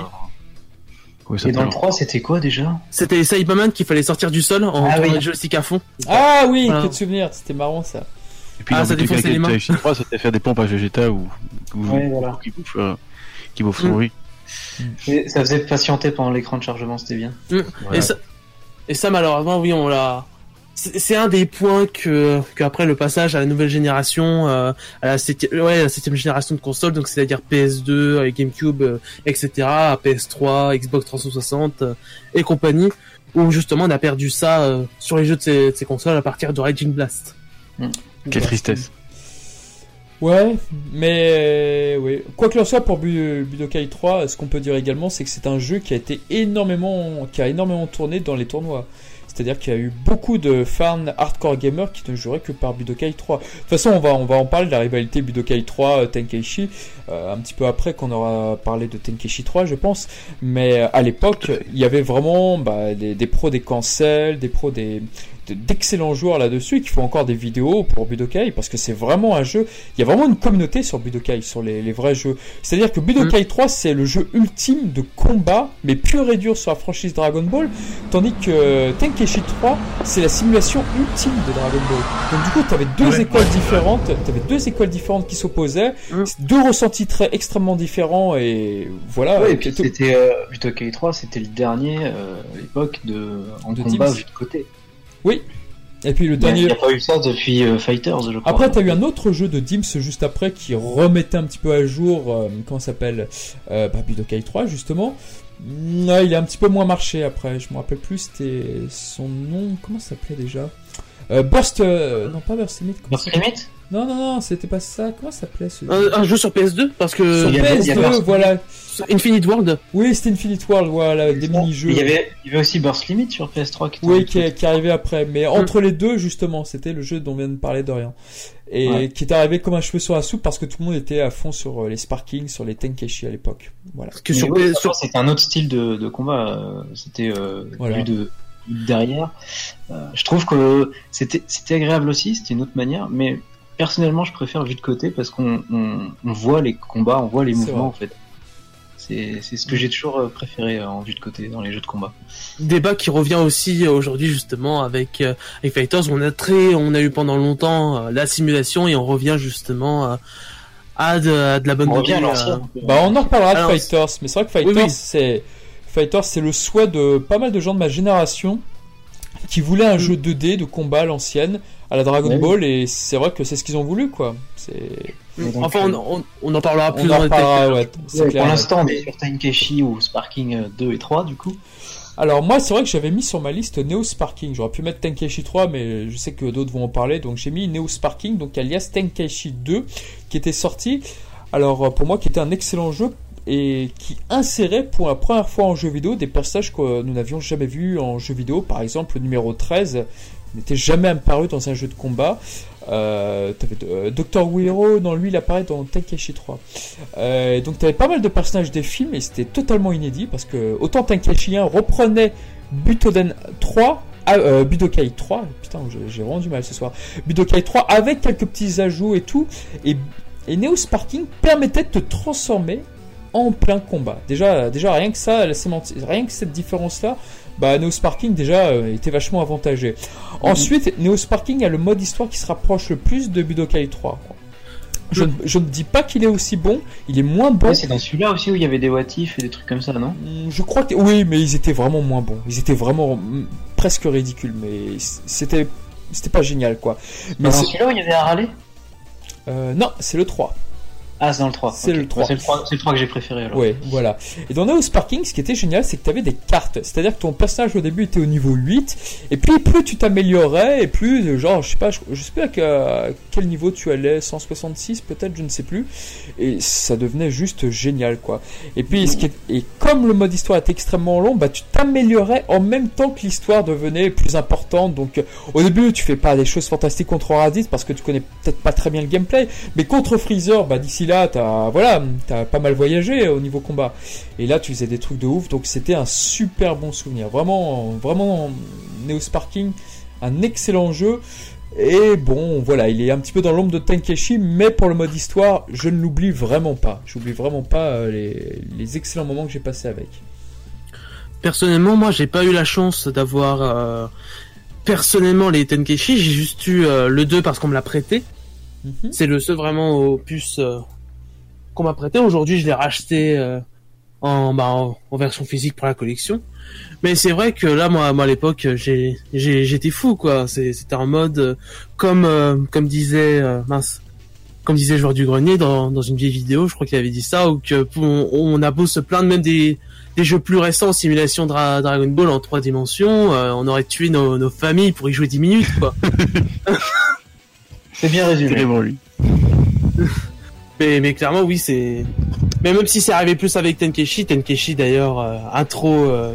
oui, ça Et dans le s'appelle. trois, c'était quoi déjà? C'était les Saibaman qu'il fallait sortir du sol en Ah tournant oui. le joystick à fond. Ah oui, Voilà. que de souvenirs, c'était marrant ça. Et puis Ah, dans ça Budokai défonçait les mains. Tenkaichi trois, c'était faire des pompes à Vegeta ou, ou, Ouais, voilà. ou qui bouffe, euh, qui bouffe son Mm. riz. Et ça faisait patienter pendant l'écran de chargement, c'était bien. Et ça, et ça, malheureusement, oui, on l'a. C'est c'est un des points que, qu'après le passage à la nouvelle génération, euh, à la septième, ouais, la septième génération de consoles, donc c'est-à-dire P S deux, euh, GameCube, euh, et cetera, P S trois, Xbox trois cent soixante euh, et compagnie, où justement on a perdu ça euh, sur les jeux de ces, de ces consoles à partir de Raging Blast. Quelle tristesse. Ouais, mais oui. Quoi qu'il en soit, pour Bu- Budokai trois, ce qu'on peut dire également, c'est que c'est un jeu qui a été énormément, qui a énormément tourné dans les tournois. C'est-à-dire qu'il y a eu beaucoup de fans hardcore gamers qui ne joueraient que par Budokai trois. De toute façon, on va, on va en parler de la rivalité Budokai trois Tenkaichi euh, un petit peu après qu'on aura parlé de Tenkaichi trois, je pense. Mais euh, à l'époque, il y avait vraiment bah, des, des pros des cancels, des pros des de- d'excellents joueurs là-dessus qui font encore des vidéos pour Budokai parce que c'est vraiment un jeu. Il y a vraiment une communauté sur Budokai, sur les, les vrais jeux. C'est-à-dire que Budokai trois, c'est le jeu ultime de combat, mais pur et dur sur la franchise Dragon Ball, tandis que Tenkaichi trois, c'est la simulation ultime de Dragon Ball. Donc du coup, tu avais deux Ouais, écoles ouais, différentes, tu avais deux écoles différentes qui s'opposaient, Mm. deux ressentis très extrêmement différents et voilà. Ouais, et Et puis tout- c'était euh, Budokai trois, c'était le dernier euh, à l'époque de en De combat Dims. vu de côté. Oui. Et puis le Il n'y dernier. a pas eu ça depuis euh, Fighters, je crois. Après, t'as eu un autre jeu de Dims juste après qui remettait un petit peu à jour, euh, comment ça s'appelle, euh, bah, Budokai trois justement. Non, il a un petit peu moins marché après. Je me rappelle plus, c'était son nom. Comment ça s'appelait déjà euh, Burst, euh, non pas Burst Limit. comment Burst ça s'appelle Limit. Non, non, non, c'était pas ça. Comment ça s'appelait ce Un, un jeu sur P S deux, parce que Sur il y avait- il y avait P S deux, Burst voilà. Infinite World, Oui, c'était Infinite World, voilà, avec des mini-jeux. Il y avait, il y avait aussi Burst Limit sur P S trois qui était Oui, un qui, truc. qui arrivait après. Mais entre les deux, justement, c'était le jeu dont on vient de parler de rien. Et Ouais. qui est arrivé comme un cheveu sur la soupe parce que tout le monde était à fond sur euh, les Sparking, sur les Tenkaichi à l'époque. Voilà. que Mais sur oui, P S franchement, sur c'était un autre style de, de combat. euh, C'était euh, Voilà. vu de vu de derrière. Euh, je trouve que c'était c'était agréable aussi. C'était une autre manière, mais personnellement, je préfère vu de côté parce qu'on on, on voit les combats, on voit les C'est mouvements vrai. en fait. C'est c'est ce que j'ai toujours euh, préféré euh, en vue de côté dans les jeux de combat. débat qui revient aussi euh, aujourd'hui justement avec euh, avec Fighters. On a très, on a eu pendant longtemps euh, la simulation et on revient justement euh, à, de, à de la bonne On revient à vieille, l'ancien. euh, Bah, on en reparlera Alors, de Fighters, mais c'est vrai que Fighters, Oui, oui. c'est Fighters, c'est le souhait de pas mal de gens de ma génération qui voulaient un Mm. jeu deux D de combat à l'ancienne, à la Dragon Ouais, oui. Ball, et c'est vrai que c'est ce qu'ils ont voulu, quoi. C'est Et donc, Enfin, on, euh, on, on en parlera plus on dans en le reparlera, ouais, c'est Ouais, clair. pour l'instant, on est sur Tenkaichi ou Sparking euh, deux et trois du coup. Alors moi, c'est vrai que j'avais mis sur ma liste Neo Sparking. J'aurais pu mettre Tenkaichi trois, mais je sais que d'autres vont en parler, donc j'ai mis Neo Sparking, donc alias Tenkaichi deux, qui était sorti. Alors euh, pour moi, qui était un excellent jeu et qui insérait pour la première fois en jeu vidéo des personnages que nous n'avions jamais vus en jeu vidéo. Par exemple, le numéro treize n'était jamais apparu dans un jeu de combat. Euh, t'avais euh, docteur Uehiro, non, lui il apparaît dans Tenkaichi trois. Euh, donc t'avais pas mal de personnages des films et c'était totalement inédit parce que autant Tenkaichi un reprenait Butoden trois, ah, euh, Budokai trois, putain j'ai, j'ai vraiment du mal ce soir, Budokai trois avec quelques petits ajouts et tout, et, et Neo Sparking permettait de te transformer en plein combat. Déjà, déjà rien que ça, la sémantique, rien que cette différence-là, bah, Neo Sparking déjà euh, était vachement avantagé. Mm-hmm. Ensuite, Neo Sparking a le mode histoire qui se rapproche le plus de Budokai trois. Je, mm. je ne dis pas qu'il est aussi bon, il est moins bon. Ouais, c'est dans celui-là aussi où il y avait des what if et des trucs comme ça, non ? Je crois que oui, mais ils étaient vraiment moins bons. Ils étaient vraiment mm, presque ridicules, mais c'était c'était pas génial quoi. Mais dans celui-là où il y avait à râler ? euh, Non, c'est le trois. Ah, c'est dans le trois. C'est okay. le trois. Ouais, c'est le trois. C'est le trois que j'ai préféré alors. Ouais, voilà. Et dans Neo Sparking, ce qui était génial, c'est que tu avais des cartes. C'est-à-dire que ton personnage au début était au niveau huit, et puis plus tu t'améliorais, et plus, genre, je sais pas, je, je sais pas à quel niveau tu allais, cent soixante-six peut-être, je ne sais plus. Et ça devenait juste génial, quoi. Et puis, ce qui est, et comme le mode histoire était extrêmement long, bah, tu t'améliorais en même temps que l'histoire devenait plus importante. Donc, au début, tu fais pas des choses fantastiques contre Raditz parce que tu connais peut-être pas très bien le gameplay, mais contre Freezer, bah, d'ici là, t'as, voilà, t'as pas mal voyagé au niveau combat. Et là, tu faisais des trucs de ouf. Donc, c'était un super bon souvenir. Vraiment, vraiment, Neo Sparking, un excellent jeu. Et bon, voilà, il est un petit peu dans l'ombre de Tenkeshi, mais pour le mode histoire, je ne l'oublie vraiment pas. J'oublie vraiment pas les, les excellents moments que j'ai passés avec. Personnellement, moi, j'ai pas eu la chance d'avoir euh, personnellement les Tenkeshi. J'ai juste eu euh, le deux parce qu'on me l'a prêté. Mm-hmm. C'est le seul vraiment opus euh, qu'on m'a prêté. Aujourd'hui, je l'ai racheté euh, en, bah, en, en version physique pour la collection. Mais c'est vrai que là, moi, moi à l'époque, j'ai, j'ai, j'étais fou, quoi. C'est, c'était un mode euh, comme, euh, comme disait, euh, mince, comme disait Joueur du Grenier dans, dans une vieille vidéo, je crois qu'il avait dit ça, ou que on, on a beau se plaindre même des, des jeux plus récents, simulation Dra- Dragon Ball en trois dimensions, euh, on aurait tué nos, nos familles pour y jouer dix minutes, quoi. C'est bien résumé. C'est bon, lui. mais, mais clairement, oui, c'est... Mais même si c'est arrivé plus avec Tenkeshi, Tenkeshi d'ailleurs, euh, intro, euh,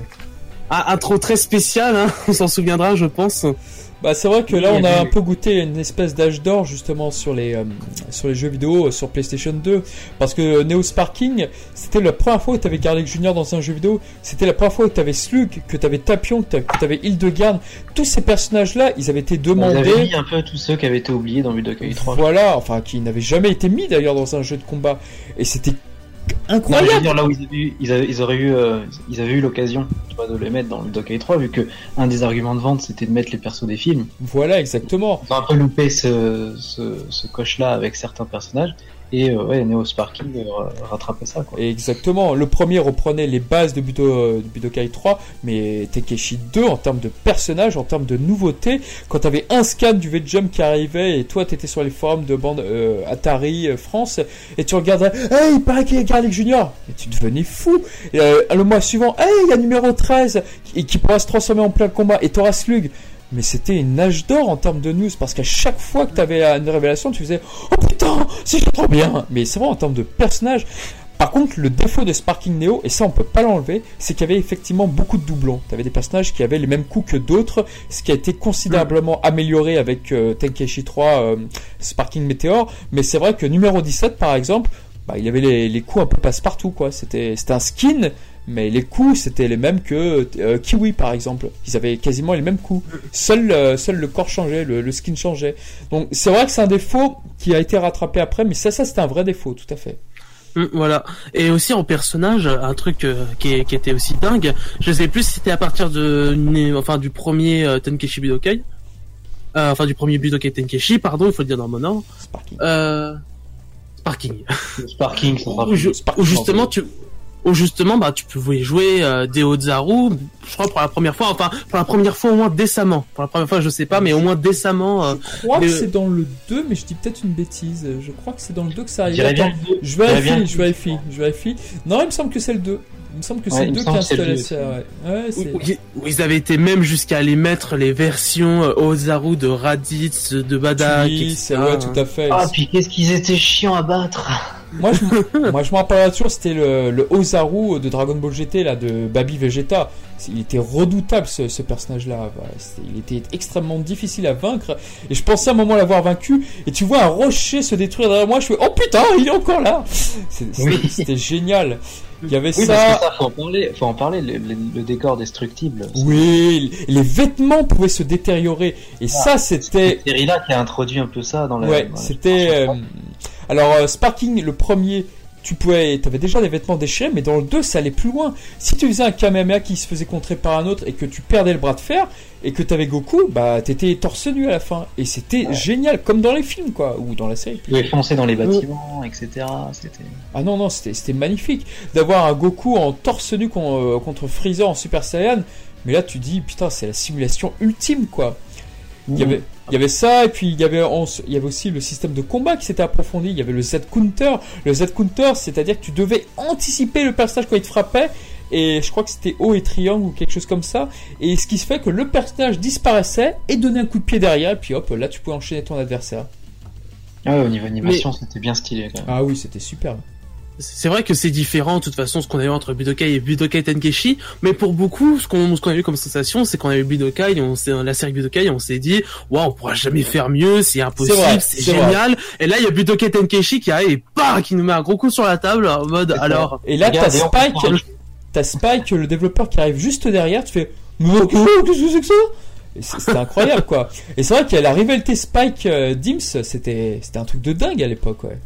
intro très spécial, hein, on s'en souviendra, je pense. Bah c'est vrai que là on a un peu goûté une espèce d'âge d'or justement sur les euh, sur les jeux vidéo sur PlayStation deux, parce que Neo Sparking c'était la première fois où tu avais Garlic Junior dans un jeu vidéo, c'était la première fois où tu avais Slug, que tu avais Tapion, que tu avais Hildegarde, tous ces personnages là ils avaient été demandés. Ils avaient mis un peu tous ceux qui avaient été oubliés dans Budokai trois. Voilà, enfin qui n'avaient jamais été mis d'ailleurs dans un jeu de combat, et c'était incroyable. Non, je veux dire, là où ils avaient eu, ils, avaient, ils auraient eu, euh, ils avaient eu l'occasion, tu vois, de les mettre dans le Budokai trois, vu que un des arguments de vente c'était de mettre les persos des films. Voilà, exactement. Ils ont un peu loupé ce, ce, ce coche-là avec certains personnages. Et euh, ouais, Neo Sparking euh, rattrapait ça, quoi. Exactement. Le premier reprenait les bases de, Budo, de Budokai trois, mais Tenkeshi deux, en termes de personnages, en termes de nouveautés, quand t'avais un scan du V-Jump qui arrivait, et toi t'étais sur les forums de bande euh, Atari euh, France, et tu regardais, hey, il paraît qu'il y a Garlic Junior, et tu devenais fou. Et, euh, le mois suivant, hey, il y a numéro treize, qui, qui pourra se transformer en plein combat, et t'auras Slug. Mais c'était une âge d'or en termes de news, parce qu'à chaque fois que tu avais une révélation, tu faisais « Oh putain, c'est trop bien !» Mais c'est vrai, en termes de personnages. Par contre, le défaut de Sparking Neo, et ça on peut pas l'enlever, c'est qu'il y avait effectivement beaucoup de doublons. Tu avais des personnages qui avaient les mêmes coups que d'autres, ce qui a été considérablement mmh. amélioré avec euh, Tenkeshi trois, euh, Sparking Meteor. Mais c'est vrai que numéro dix-sept, par exemple, bah, il y avait les, les coups un peu passe-partout, quoi. C'était, c'était un skin, mais les coups c'était les mêmes que euh, Kiwi par exemple, ils avaient quasiment les mêmes coups, seul, euh, seul le corps changeait, le, le skin changeait. Donc c'est vrai que c'est un défaut qui a été rattrapé après, mais ça, ça c'était un vrai défaut, tout à fait. Mmh, voilà. Et aussi en personnage, un truc euh, qui, est, qui était aussi dingue, je sais plus si c'était à partir de, enfin du premier euh, Tenkeshi Budokai, euh, enfin du premier Budokai Tenkeshi, pardon, il faut le dire dans mon ordre. Sparking. Euh... Sparking. Sparking, ça Ou, ju- ou justement tu Ou justement, bah, tu pouvais jouer euh, des Ozaru, je crois pour la première fois, enfin pour la première fois au moins décemment. Pour la première fois, je sais pas, mais au moins décemment. Euh, je crois mais... que c'est dans le deux, mais je dis peut-être une bêtise. Je crois que c'est dans le deux que ça arrive. Attends, je vérifie, je vérifie, je vérifie. Non, il me semble que c'est le deux. Il me semble que c'est ouais, le deux qui a installé ça. Ouais. Ouais, c'est... Où, où ils avaient été même jusqu'à aller mettre les versions euh, Ozaru de Raditz, de Badak. Oui, c'est vrai, tout à fait. Ah, puis qu'est-ce qu'ils étaient chiants à battre. Moi je, moi, je me rappelle toujours, c'était le, le Ozaru de Dragon Ball G T, là, de Baby Vegeta. Il était redoutable, ce, ce personnage-là. Il était extrêmement difficile à vaincre. Et je pensais à un moment l'avoir vaincu. Et tu vois un rocher se détruire derrière moi. Je fais, oh putain, il est encore là. C'est, c'était, oui. c'était génial. Il y avait oui, ça. Parce que ça, faut en parler. Faut en parler. Le, le, le décor destructible. Oui, les vêtements pouvaient se détériorer. Et ah, ça, c'était. C'est Terila qui a introduit un peu ça dans la. Ouais, dans c'était. La... Euh... Alors, euh, Sparking, le premier, tu pouvais, t'avais déjà des vêtements déchirés, mais dans le deux, ça allait plus loin. Si tu faisais un Kamehameha qui se faisait contrer par un autre et que tu perdais le bras de fer et que t'avais Goku, bah t'étais torse nu à la fin. Et c'était ouais. génial, comme dans les films, quoi, ou dans la série. Il pouvait foncer dans les bâtiments, et cetera. C'était... Ah non, non, c'était, c'était magnifique d'avoir un Goku en torse nu con, euh, contre Freezer en Super Saiyan. Mais là, tu dis, putain, c'est la simulation ultime, quoi. Il y avait, il y avait ça, et puis il y avait, on, il y avait aussi le système de combat qui s'était approfondi. Il y avait le Z-Counter. Le Z-Counter, c'est-à-dire que tu devais anticiper le personnage quand il te frappait, et je crois que c'était haut et triangle ou quelque chose comme ça. Et ce qui se fait que le personnage disparaissait et donnait un coup de pied derrière, et puis hop, là tu pouvais enchaîner ton adversaire. Ah ouais, au niveau animation, Mais... c'était bien stylé quand même. Ah oui, c'était superbe. C'est vrai que c'est différent, de toute façon, ce qu'on a eu entre Budokai et Budokai Tenkaichi, mais pour beaucoup, ce qu'on, ce qu'on a eu comme sensation, c'est qu'on a eu Budokai, on s'est, la série Budokai, on s'est dit, waouh, on pourra jamais faire mieux, c'est impossible, c'est, vrai, c'est, c'est génial. Vrai. Et là, il y a Budokai Tenkaichi qui arrive et bah, qui nous met un gros coup sur la table, en mode, c'est alors. Et là, t'as Spike, t'as Spike, le développeur qui arrive juste derrière, tu fais, mais qu'est-ce que c'est que ça? Et c'était incroyable, quoi. Et c'est vrai qu'il y a la rivalité Spike euh, Dims, c'était, c'était un truc de dingue à l'époque, ouais.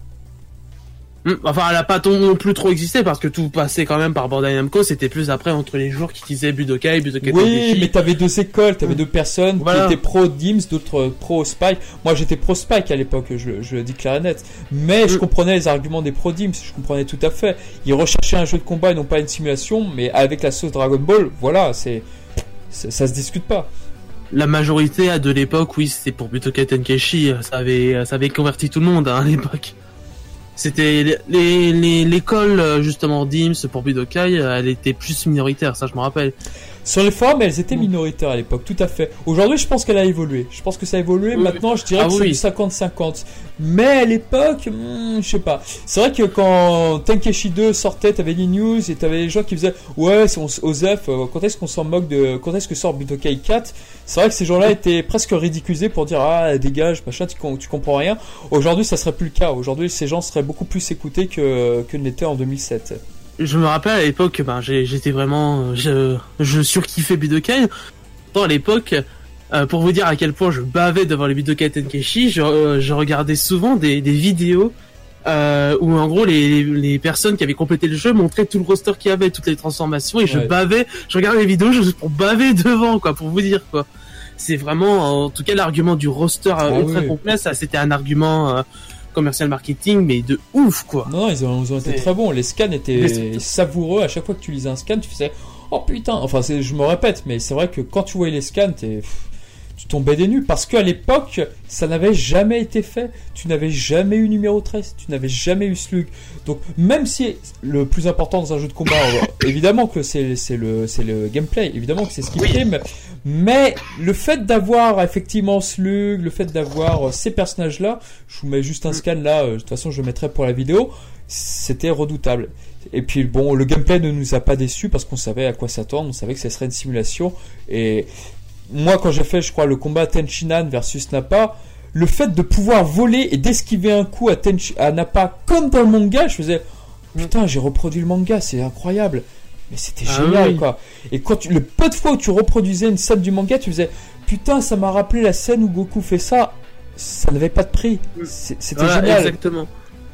Enfin, elle a pas non plus trop existé parce que tout passait quand même par Bandai Namco. C'était plus après entre les jours qui disaient Budokai, Budokai Oui, Tenkaichi. Mais t'avais deux écoles, t'avais mmh. deux personnes voilà. qui étaient pro Dims, d'autres pro Spike. Moi, j'étais pro Spike à l'époque, je, je le dis clair et net. Mais mmh. je comprenais les arguments des pro Dims, je comprenais tout à fait. Ils recherchaient un jeu de combat et non pas une simulation, mais avec la sauce Dragon Ball, voilà, c'est, c'est ça se discute pas. La majorité de l'époque, oui, c'était pour Budokai Tenkaichi. Ça avait, ça avait converti tout le monde hein, à l'époque. C'était les, les, les, l'école justement Dims pour Budokai, elle était plus minoritaire, ça je me rappelle. Sur les forums, elles étaient minoritaires à l'époque, tout à fait. Aujourd'hui, je pense qu'elle a évolué. Je pense que ça a évolué. Oui. Maintenant, je dirais ah, que oui. c'est du cinquante cinquante. Mais à l'époque, hmm, je sais pas. C'est vrai que quand Tenkaichi deux sortait, t'avais des news et t'avais des gens qui faisaient ouais, c'est Osef, quand est-ce qu'on s'en moque de, quand est-ce que sort Budokai quatre? C'est vrai que ces gens-là étaient presque ridiculisés pour dire ah, dégage, machin, tu, tu comprends rien. Aujourd'hui, ça serait plus le cas. Aujourd'hui, ces gens seraient beaucoup plus écoutés que, que ne l'étaient en deux mille sept. Je me rappelle à l'époque, ben j'étais vraiment, je, je surkiffais Budokai. Tant à l'époque, euh, pour vous dire à quel point je bavais devant les Budokai Tenkaichi, je, euh, je regardais souvent des, des vidéos euh, où en gros les, les personnes qui avaient complété le jeu montraient tout le roster qu'il y avait, toutes les transformations, et ouais. je bavais, je regardais les vidéos juste pour baver devant, quoi, pour vous dire quoi. C'est vraiment, en tout cas, l'argument du roster ah, ultra oui. complet, ça c'était un argument. Euh, commercial marketing mais de ouf quoi. Non, non ils ont, ils ont été très bons, les scans étaient savoureux, à chaque fois que tu lisais un scan tu faisais oh putain, enfin c'est, je me répète mais c'est vrai que quand tu voyais les scans t'es, tu tombais des nues parce qu'à l'époque ça n'avait jamais été fait, tu n'avais jamais eu numéro treize, tu n'avais jamais eu Slug, donc même si le plus important dans un jeu de combat évidemment que c'est, c'est, le, c'est le gameplay, évidemment que c'est ce qui oui. prime, mais le fait d'avoir effectivement Slug, le fait d'avoir ces personnages là, je vous mets juste un scan là, de toute façon je le mettrai pour la vidéo, c'était redoutable. Et puis bon, le gameplay ne nous a pas déçus parce qu'on savait à quoi s'attendre, on savait que ce serait une simulation. Et moi quand j'ai fait je crois le combat Tenchinan versus Nappa, le fait de pouvoir voler et d'esquiver un coup à, Tenchi, à Nappa comme dans le manga, je faisais putain j'ai reproduit le manga, c'est incroyable. Mais c'était ah génial oui. quoi. Et quand tu, le peu de fois où tu reproduisais une scène du manga, tu faisais putain ça m'a rappelé la scène où Goku fait ça, ça n'avait pas de prix. C'est, c'était voilà, génial. Exactement.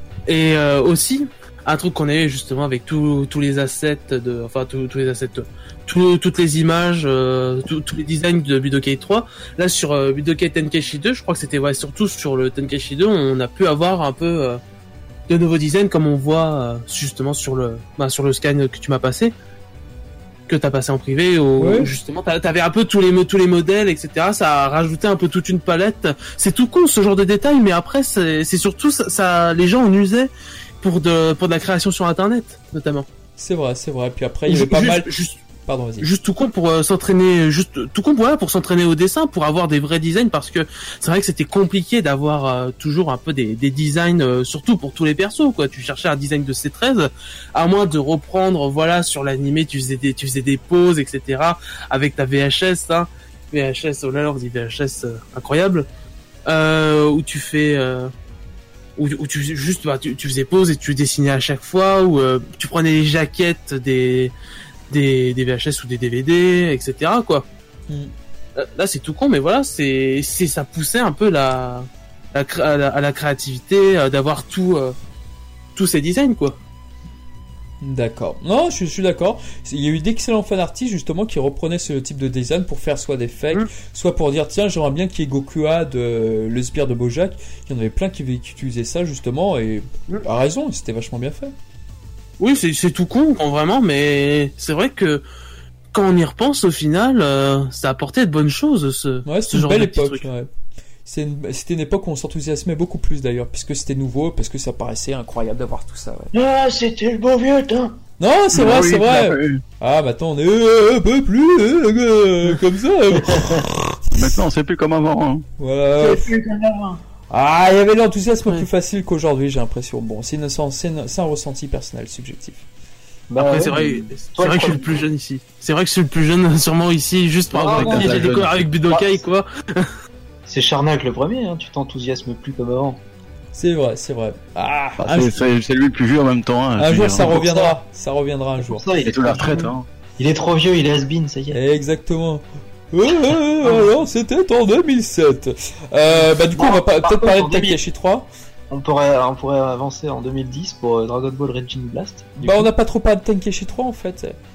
Et euh, aussi un truc qu'on a eu justement avec tous tous les assets de, enfin tous tous les assets, tous toutes les images, euh, tous les designs de Budokai trois. Là sur euh, Budokai Tenkaichi deux, je crois que c'était ouais surtout sur le Tenkaichi deux, on a pu avoir un peu euh, de nouveaux designs comme on voit euh, justement sur le bah, sur le scan que tu m'as passé, que t'as passé en privé, où, ouais. où justement t'avais un peu tous les tous les modèles, et cetera. Ça a rajouté un peu toute une palette. C'est tout con ce genre de détails, mais après c'est, c'est surtout ça, ça, les gens en usaient pour de pour de la création sur internet notamment. C'est vrai, c'est vrai. Puis après il y avait pas juste, mal. Juste, Pardon, vas-y. Juste tout con pour euh, s'entraîner, juste tout con voilà pour s'entraîner au dessin, pour avoir des vrais designs, parce que c'est vrai que c'était compliqué d'avoir euh, toujours un peu des, des designs, euh, surtout pour tous les persos quoi. Tu cherchais un design de C treize, à moins de reprendre voilà sur l'animé, tu faisais des tu faisais des poses et cetera avec ta V H S, hein, V H S, oh là là, on dit V H S euh, incroyable, euh, où tu fais euh, où, où tu juste bah, tu, tu faisais pause et tu dessinais à chaque fois, ou euh, tu prenais les jaquettes des Des, des V H S ou des D V D, et cetera quoi. Mm. Là c'est tout con, mais voilà, c'est, c'est ça poussait un peu la, la à, la à la créativité, euh, d'avoir tout, euh, tous ces designs quoi. D'accord. Non, je, je suis d'accord. Il y a eu d'excellents fanartistes justement qui reprenaient ce type de design pour faire soit des fakes, mmh. soit pour dire tiens j'aimerais bien qu'il y ait Gokuha de le sbire de Bojack. Il y en avait plein qui, qui utilisaient ça justement et mmh. a raison, c'était vachement bien fait. Oui, c'est, c'est tout con vraiment, mais c'est vrai que quand on y repense au final, euh, ça apportait de bonnes choses. Ce, ouais, c'était ce une genre belle de époque. Ouais. C'est une, c'était une époque où on s'enthousiasmait beaucoup plus d'ailleurs, puisque c'était nouveau, parce que ça paraissait incroyable d'avoir tout ça. Ouais. Ah, c'était le bon vieux temps. Non, c'est vrai, oui, c'est vrai. Ah, maintenant on est euh, un peu plus euh, comme ça. Maintenant, c'est plus comme avant. Hein. Voilà. C'est plus comme avant. Ah, il y avait l'enthousiasme ouais. plus facile qu'aujourd'hui, j'ai l'impression. Bon, c'est, une, c'est, une, c'est un ressenti personnel, subjectif. Bah, Après, ouais, c'est vrai, c'est vrai que je suis le plus jeune ici. C'est vrai que je suis le plus jeune, sûrement ici, juste par rapport à qui j'ai découvert avec Budokai, quoi. C'est Charnak le premier, hein, tu t'enthousiasmes plus comme avant. C'est vrai, c'est vrai. Ah, ah c'est, c'est, c'est lui le plus vieux en même temps. Hein, un jour, ça reviendra. Ça. ça reviendra un jour. Ça, il est tout la retraite. Hein. Il est trop vieux, il est has-been, ça y est. Exactement. Euh, alors, c'était en deux mille sept. Euh, bah, du coup, bon, on va pas, peut-être parler de Takeshi trois. On pourrait, on pourrait avancer en deux mille dix pour Dragon Ball Raging Blast. Bah, coup. On n'a pas trop parlé de Takeshi trois en fait.